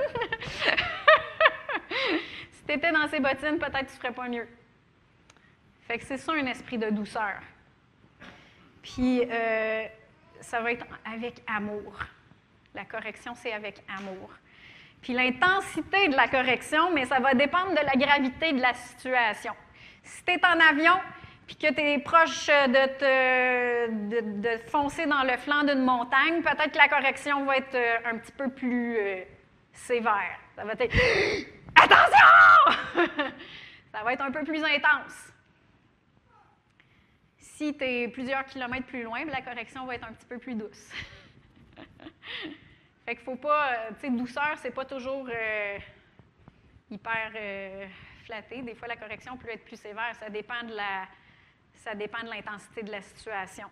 Si tu étais dans ses bottines, peut-être que tu ne ferais pas mieux. Fait que c'est ça un esprit de douceur. Puis, ça va être avec amour. La correction, c'est avec amour. Puis l'intensité de la correction, mais ça va dépendre de la gravité de la situation. Si tu es en avion, puis que tu es proche de foncer dans le flanc d'une montagne, peut-être que la correction va être un petit peu plus sévère. Ça va être « Attention! » Ça va être un peu plus intense. Si tu es plusieurs kilomètres plus loin, la correction va être un petit peu plus douce. Fait qu'il ne faut pas, tu sais, douceur, c'est pas toujours hyper flatté. Des fois, la correction peut être plus sévère. Ça dépend de l'intensité de la situation.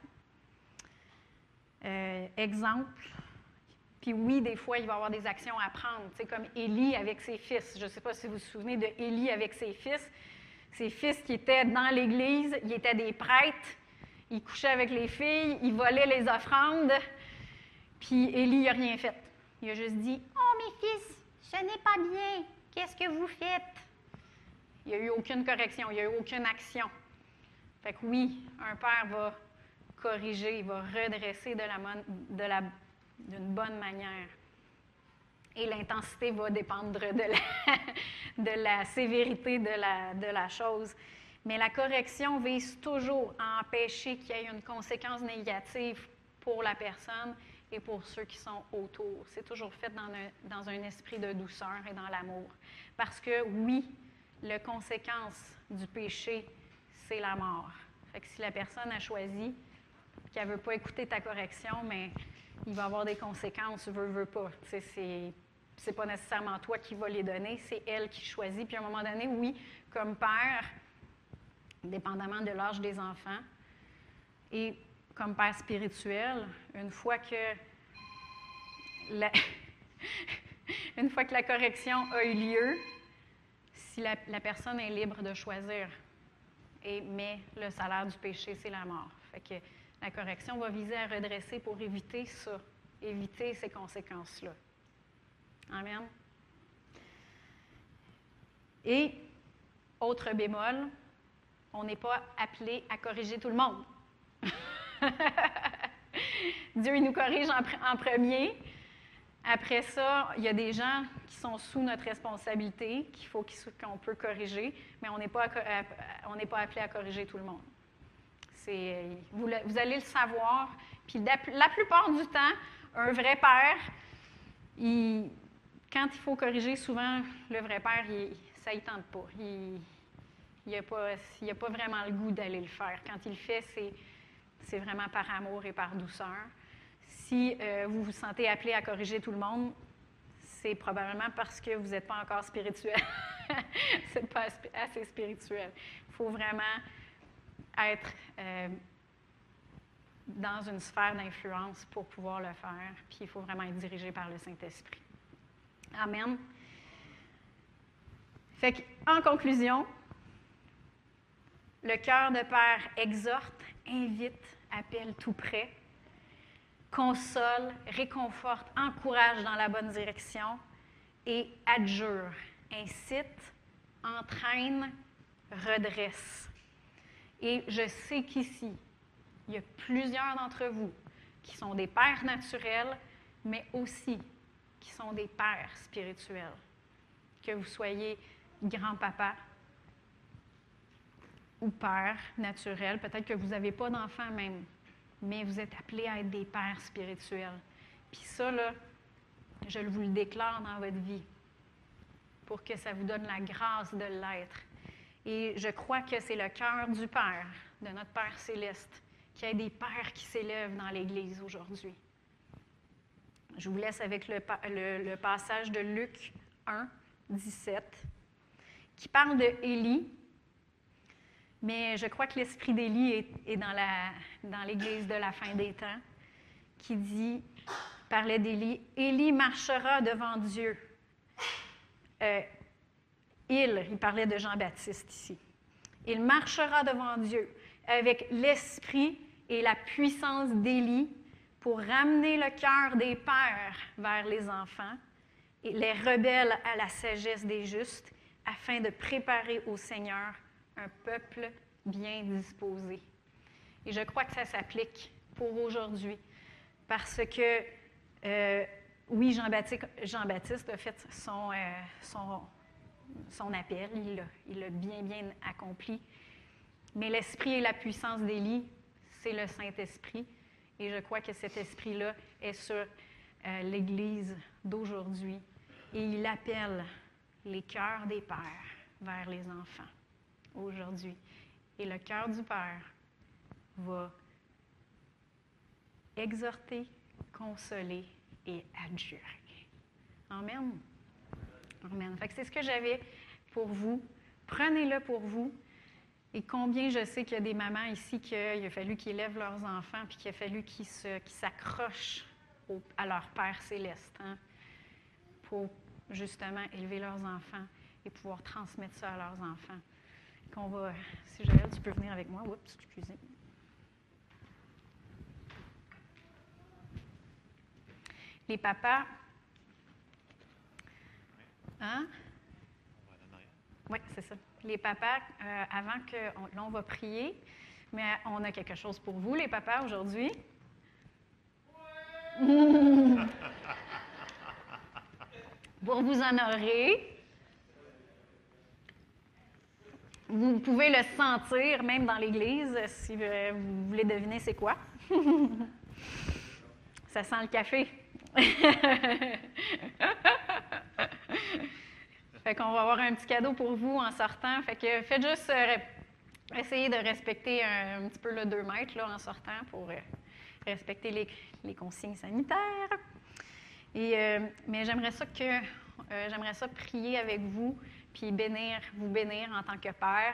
Exemple, puis oui, des fois, il va y avoir des actions à prendre, tu sais, comme Élie avec ses fils. Je ne sais pas si vous vous souvenez de Élie avec ses fils. Ses fils qui étaient dans l'Église, ils étaient des prêtres, ils couchaient avec les filles, ils volaient les offrandes. Puis Élie n'a rien fait. Il a juste dit « Oh, mes fils, ce n'est pas bien. Qu'est-ce que vous faites? » Il n'y a eu aucune correction, il n'y a eu aucune action. Fait que oui, un père va corriger, il va redresser d'une bonne manière. Et l'intensité va dépendre de la sévérité de la chose. Mais la correction vise toujours à empêcher qu'il y ait une conséquence négative pour la personne et pour ceux qui sont autour. C'est toujours fait dans un esprit de douceur et dans l'amour. Parce que oui, la conséquence du péché, c'est la mort. Fait que si la personne a choisi qu'elle ne veut pas écouter ta correction, mais il va y avoir des conséquences, veut pas. C'est pas nécessairement toi qui vas les donner, c'est elle qui choisit. Puis à un moment donné, oui, comme père, dépendamment de l'âge des enfants, et comme père spirituel, une fois que la correction a eu lieu, si la personne est libre de choisir, mais le salaire du péché, c'est la mort. Fait que la correction va viser à redresser pour éviter ça, éviter ces conséquences-là. Amen. Et, autre bémol, on n'est pas appelé à corriger tout le monde. Dieu, il nous corrige en premier. Après ça, il y a des gens qui sont sous notre responsabilité, qu'on peut corriger, mais on n'est pas appelé à corriger tout le monde. Vous allez le savoir. Puis la plupart du temps, un vrai père, quand il faut corriger, souvent, le vrai père, ça ne lui tente pas. Il n'a pas vraiment le goût d'aller le faire. Quand il le fait, c'est vraiment par amour et par douceur. Si vous vous sentez appelé à corriger tout le monde, c'est probablement parce que vous n'êtes pas encore spirituel. Vous n'êtes pas assez spirituel. Il faut vraiment être dans une sphère d'influence pour pouvoir le faire. Puis il faut vraiment être dirigé par le Saint-Esprit. Amen. Fait qu'en conclusion, le cœur de père exhorte, invite, appelle tout près, console, réconforte, encourage dans la bonne direction et adjure, incite, entraîne, redresse. Et je sais qu'ici, il y a plusieurs d'entre vous qui sont des pères naturels, mais aussi qui sont des pères spirituels. Que vous soyez grand-papa ou père naturel, peut-être que vous n'avez pas d'enfants même, mais vous êtes appelés à être des pères spirituels. Puis ça, là, je vous le déclare dans votre vie pour que ça vous donne la grâce de l'être. Et je crois que c'est le cœur du Père, de notre Père céleste, qu'il y ait des pères qui s'élèvent dans l'Église aujourd'hui. Je vous laisse avec le passage de Luc 1, 17, qui parle de Élie, mais je crois que l'esprit d'Élie est dans l'Église de la fin des temps, qui parlait d'Élie, « Élie marchera devant Dieu ». Il parlait de Jean-Baptiste ici. « Il marchera devant Dieu avec l'esprit et la puissance d'Élie pour ramener le cœur des pères vers les enfants et les rebelles à la sagesse des justes, afin de préparer au Seigneur un peuple bien disposé. » Et je crois que ça s'applique pour aujourd'hui, parce que, oui, Jean-Baptiste a fait son appel, il l'a bien accompli, mais l'esprit et la puissance d'Élie, c'est le Saint-Esprit, et je crois que cet esprit-là est sur l'Église d'aujourd'hui, et il appelle les cœurs des pères vers les enfants aujourd'hui. Et le cœur du Père va exhorter, consoler et adjurer. Amen. Amen. Fait que c'est ce que j'avais pour vous. Prenez-le pour vous. Et combien je sais qu'il y a des mamans ici qu'il a fallu qu'ils élèvent leurs enfants puis qu'il a fallu qu'ils s'accrochent à leur Père céleste, hein, pour justement élever leurs enfants et pouvoir transmettre ça à leurs enfants. Si Joël, tu peux venir avec moi. Oups, excusez. Les papas, hein? Oui, c'est ça. Les papas, avant que l'on va prier, mais on a quelque chose pour vous, les papas, aujourd'hui. Pour vous honorer. Vous pouvez le sentir, même dans l'Église, si vous voulez deviner c'est quoi. Ça sent le café. Fait qu'on va avoir un petit cadeau pour vous en sortant. Fait que faites juste essayer de respecter un petit peu le 2 mètres là, en sortant pour respecter les consignes sanitaires. Mais j'aimerais ça prier avec vous, puis vous bénir en tant que père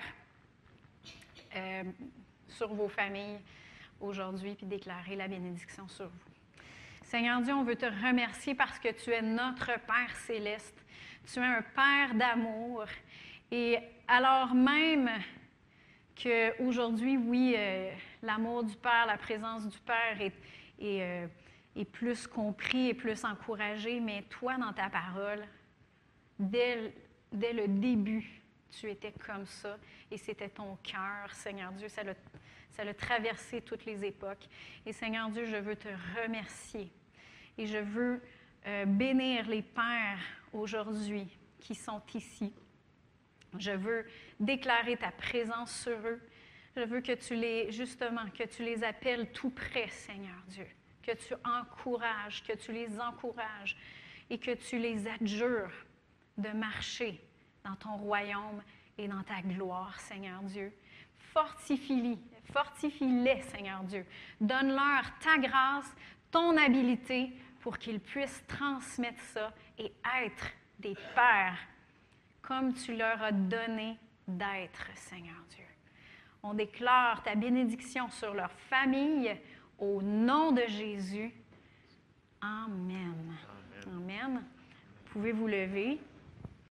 sur vos familles aujourd'hui, puis déclarer la bénédiction sur vous. Seigneur Dieu, on veut te remercier parce que tu es notre Père céleste. Tu es un Père d'amour. Et alors même qu'aujourd'hui, oui, l'amour du Père, la présence du Père est plus compris et plus encouragé, mais toi, dans ta parole, dès le début, tu étais comme ça et c'était ton cœur, Seigneur Dieu. Ça l'a traversé toutes les époques. Et Seigneur Dieu, je veux te remercier et je veux bénir les pères aujourd'hui qui sont ici. Je veux déclarer ta présence sur eux. Je veux que tu les appelles tout près, Seigneur Dieu. Que tu encourages, que tu les encourages et que tu les adjures de marcher dans ton royaume et dans ta gloire, Seigneur Dieu. Fortifie-les, Seigneur Dieu. Donne-leur ta grâce, ton habileté pour qu'ils puissent transmettre ça et être des pères comme tu leur as donné d'être, Seigneur Dieu. On déclare ta bénédiction sur leur famille au nom de Jésus. Amen. Amen. Amen. Vous pouvez vous lever.